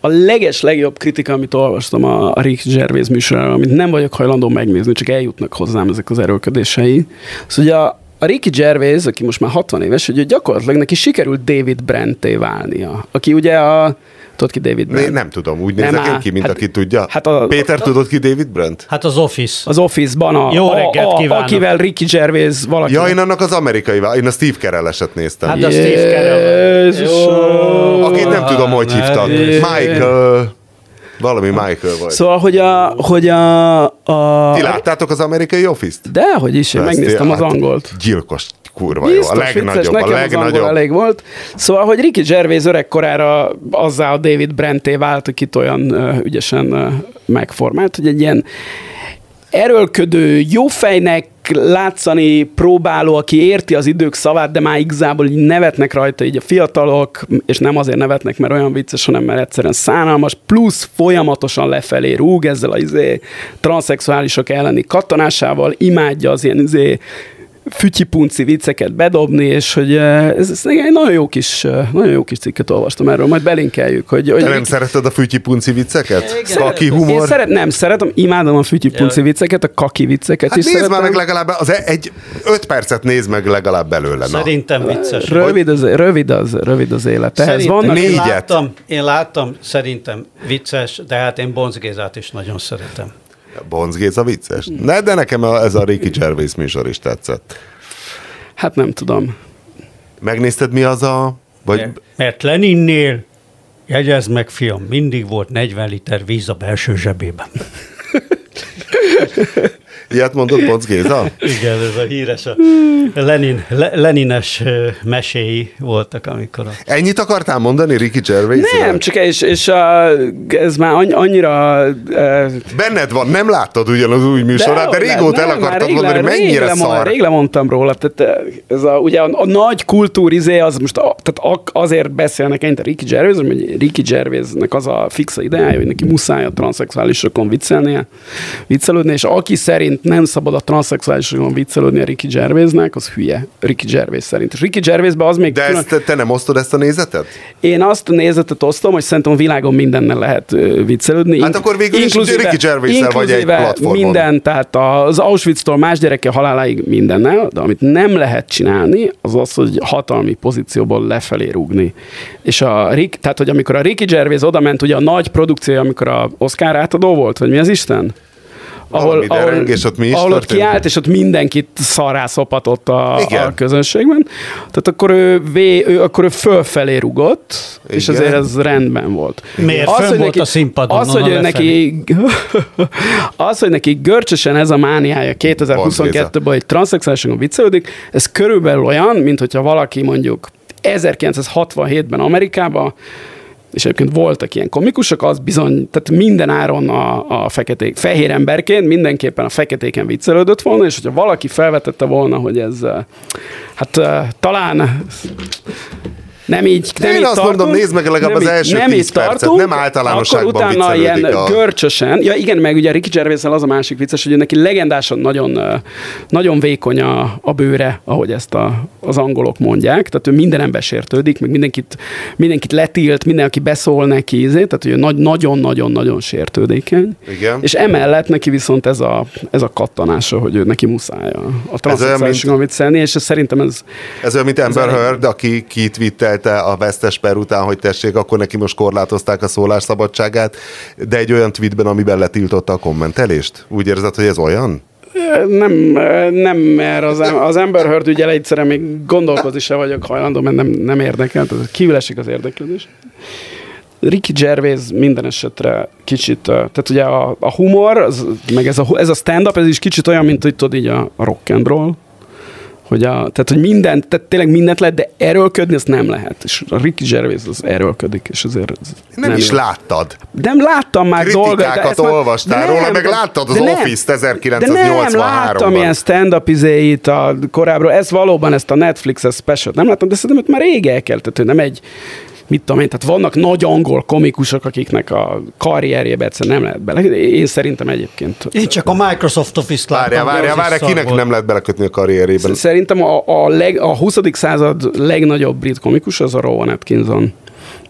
a leges legjobb kritika, amit olvastam a, a Ricky Gervais műsorára, amit nem vagyok hajlandó megnézni, csak eljutnak hozzám ezek az erőlködései. Szóval a, a Ricky Gervais, aki most már hatvan éves, hogy gyakorlatilag neki sikerült David Branté válnia, aki ugye a tudod ki David Brent? Né, nem tudom, úgy nézek én ki, mint hát, aki tudja. Hát a, Péter, a, tudod ki David Brent? Hát az Office. Az Office-ban a, Jó reggelt kívánok. Akivel Ricky Gervais valaki. Ja, én annak az amerikai, én a Steve Carell-eset néztem. Hát a Steve Carell. Akit nem tudom, hogy hívtak. Michael... Valami Michael volt. Szóval, hogy a... Hogy a, a... Ti láttátok az amerikai Office-t? Dehogy is, én megnéztem az angolt. Gyilkos kurva jó, a legnagyobb, a legnagyobb. elég volt. Szóval, hogy Ricky Gervais öregkorára azzá a David Branté vált, akit olyan uh, ügyesen uh, megformált, hogy egy ilyen erőlködő, jófejnek látszani próbáló, aki érti az idők szavát, de már igazából így nevetnek rajta így a fiatalok, és nem azért nevetnek, mert olyan vicces, hanem mert egyszerűen szánalmas, plusz folyamatosan lefelé rúg ezzel az izé, transzexuálisok elleni kattanásával, imádja az ilyen izé, fütyipunci vicceket bedobni, és hogy ez, ez egy nagyon jó kis, nagyon jó kis cikket olvastam erről, majd belinkeljük. Hogy, hogy Te nem szereted a fütyipunci vicceket? Igen. Kaki humor? Én szeret, nem szeretem, imádom a fütyipunci ja. vicceket, a kaki vicceket hát is nézd szeretem. már meg legalább, az egy öt percet nézd meg legalább belőle. Szerintem vicces. Rövid az, rövid az, rövid az élet. Ehhez vannak én láttam, én láttam, szerintem vicces, de hát én Bonc Gézát is nagyon szeretem. Bonc Géza vicces? Ne, de nekem ez a Ricky Gervais műsor is tetszett. Hát nem tudom. Megnézted, mi az a... Vagy... Mert, mert Leninnél, jegyezd meg, fiam, mindig volt negyven liter víz a belső zsebében. Ilyet mondott Bonc Géza? Igen, ez a híres, a Lenin, le, Lenines meséi voltak, amikor a... Ennyit akartál mondani Ricky Gervais? Nem, csak és, és a, ez már annyira... Uh, Benned van, nem láttad ugyanaz új műsorát, de, de régóta el akartad rég, mondani, mennyire rég szar. Rég lemondtam róla, tehát ez a, ugye a, a nagy kultúrizé, az most a, tehát azért beszélnek ennyit a Ricky Gervais, hogy Ricky Gervaisnek az a fixa ideája, hogy neki muszáj a transzexuálisokon viccelnie, viccelődni, és aki szerint nem szabad a transzexuálisokon viccelődni a Ricky Gervaisnek, az hülye. Ricky Gervais szerint. És Ricky Gervaisben az még... De külön... ezt, te nem osztod ezt a nézetet? Én azt a nézetet osztom, hogy szerintem a világon mindennel lehet viccelődni. Hát akkor végül is Ricky Gervaissel vagy egy platformon. Minden, tehát az Auschwitz-tól más gyereke haláláig mindennel, de amit nem lehet csinálni, az az, hogy hatalmi pozícióból lefelé rúgni. És a Rick, tehát, hogy amikor a Ricky Gervais oda ment, ugye a nagy produkció, amikor a Oscar átadó volt, vagy mi az Isten? Ahol, ahol, és ott mi is ahol ott kiállt, és ott mindenkit szarrá szopatott a, a közönségben. Tehát akkor ő, vé, ő, akkor ő fölfelé rugott, igen. És azért ez rendben volt. Miért? Az, hogy neki, a színpadon. Az, hogy neki, az, hogy neki görcsösen ez a mániája kétezer-huszonkettőben, hogy transzexuálisan viccelődik, ez körülbelül olyan, mint hogyha valaki mondjuk ezerkilencszázhatvanhétben Amerikában, és egyébként voltak ilyen komikusok, az bizony, tehát minden áron a, a feketék, fehér emberként mindenképpen a feketéken viccelődött volna, és hogyha valaki felvetette volna, hogy ez, hát talán nem így, nem Én így azt tartunk, mondom, nézd meg legalább az első nem tíz percet, tartunk, nem általánosságban akkor utána ilyen a... görcsösen, ja igen, meg ugye Ricky Gervaissel az a másik vicces, hogy neki legendásan nagyon, nagyon vékony a, a bőre, ahogy ezt a, az angolok mondják, tehát ő minden ember sértődik, meg mindenkit, mindenkit letilt, minden, aki beszól neki, tehát ő nagyon-nagyon-nagyon sértődékeny. Igen. És emellett neki viszont ez a, ez a kattanása, hogy ő neki muszáj a, a transzexuálisokat viccelni, és ez szerintem ez... Ez olyan, mint Amber Heard, aki kitwittelte a vesztes per után, hogy tessék, akkor neki most korlátozták a szólásszabadságát, de egy olyan tweetben, amiben letiltotta a kommentelést. Úgy érzed, hogy ez olyan? Nem, nem, mert az, az Amber Heard ügyel egyszerűen még gondolkozni se vagyok hajlandó, mert nem, nem érdekel, tehát kívül esik az érdeklődés. Ricky Gervais minden esetre kicsit, tehát ugye a, a humor, az, meg ez a, ez a stand-up, ez is kicsit olyan, mint hogy tudod így a, a rock and roll, hogy, a, tehát, hogy mindent, tehát tényleg mindent lehet, de erőlködni ezt nem lehet. És a Ricky Gervais az erőlködik, és azért ez nem, nem is jó. Láttad. Nem láttam már dolgokat. Kritikákat olvastál róla, meg láttad az Office-t ezerkilencszáznyolcvanháromban. De nem láttam ilyen stand-up izéit a korábbról. Ez valóban, ezt a Netflix-es special nem láttam, de szerintem már rég elkeltett, hogy nem egy mit tudom én, tehát vannak nagy angol komikusok, akiknek a karrierjébe egyszerűen nem lehet bele. Én szerintem egyébként. Én csak a Microsoft Office-t láttam. Várjál, várjál, várjál, kinek volt. Nem lehet belekötni a karrierében? Szerintem a, a, leg, a huszadik század legnagyobb brit komikus az a Rowan Atkinson.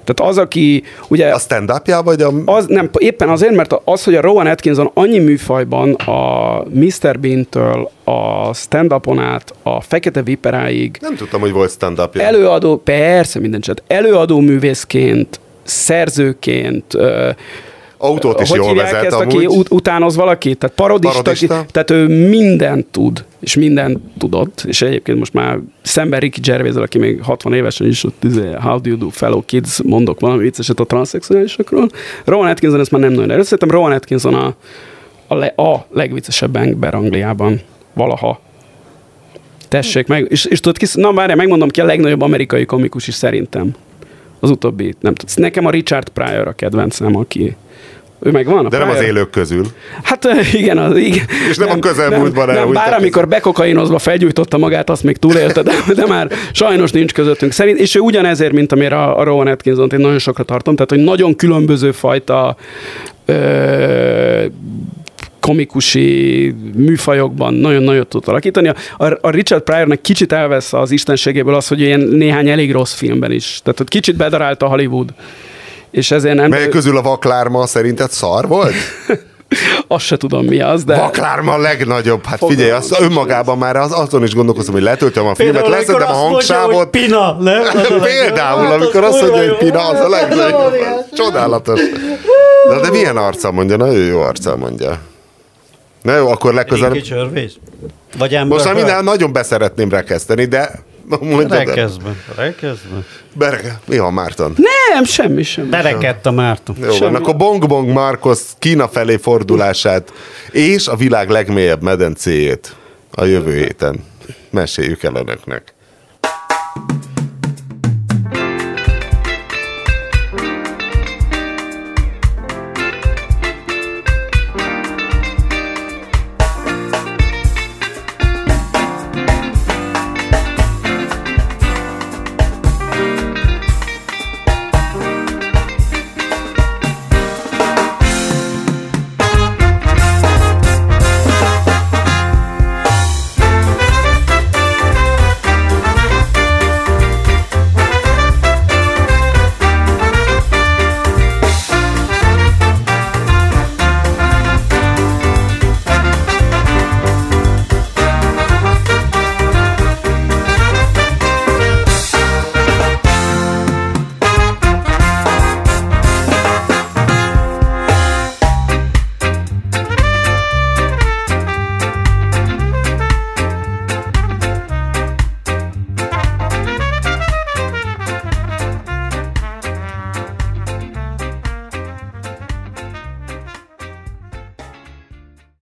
Tehát az, aki ugye... A stand-upja, vagy a... Az, nem, éppen azért, mert az, hogy a Rowan Atkinson annyi műfajban a miszter Bean-től a stand-upon át a Fekete Viperáig... Nem tudtam, hogy volt stand-upja. Előadó, persze, minden csak. Előadó művészként, szerzőként... Autót is hogy jól vezet, ezt, amúgy. aki ut- utánoz valaki? Tehát parodista, Parodista. Aki, tehát ő mindent tud, és mindent tudott, és egyébként most már szemben Ricky Gervaiszel, aki még hatvan évesen is ott how do you do fellow kids, mondok valami vicceset a transzexuálisokról. Rowan Atkinson ezt már nem nagyon erős. Szerintem Rowan Atkinson a, a, le, a legviccesebb ember Angliában valaha. Tessék meg. És, és tudod ki, na várjál, megmondom ki a legnagyobb amerikai komikus is szerintem. Az utóbbi, nem tudsz. Nekem a Richard Pryor a kedvencem, aki ő meg van. De nem az élők közül. Hát igen, az, igen. És nem, nem a közelmúltban. Nem, nem bár amikor bekokainozva felgyújtotta magát, azt még túlélte, de, de már sajnos nincs közöttünk szerint. És ő ugyanezért, mint amire a, a Rowan Atkinson-t én nagyon sokra tartom, tehát hogy nagyon különböző fajta ö, komikusi műfajokban nagyon nagyot tud alakítani. A, a Richard Pryornak kicsit elvesz az istenségéből az, hogy ilyen néhány elég rossz filmben is. Tehát hogy kicsit bedarálta a Hollywood. És ezért nem... Melyek közül a Vaklárma szerinted szar volt? Azt se tudom, mi az, de... Vaklárma a legnagyobb. Hát figyelj, az önmagában már az, azon is gondolkozom, hogy letöltöm a filmet, Például, leszedem a hangsávot. Mondja, Pina, nem? Például, hát, amikor az azt mondja, hogy jó. Pina, az a Hát, legnagyobb. hát, Csodálatos. De, de milyen arccal mondja? Nagyon jó arccal mondja. Na jó, akkor legközelebb... Ricky Gervais? Vagy Amber Most már Heard? minden nagyon beszeretném rekeszteni, de... Mondjad el. Rekezben. Rekezben. Berge. Mi van, Márton? Nem, semmi, semmi. Berekedt a Márton. Jó van, akkor Bong Bong Marcos Kína felé fordulását és a világ legmélyebb medencéjét a jövő héten meséljük el önöknek.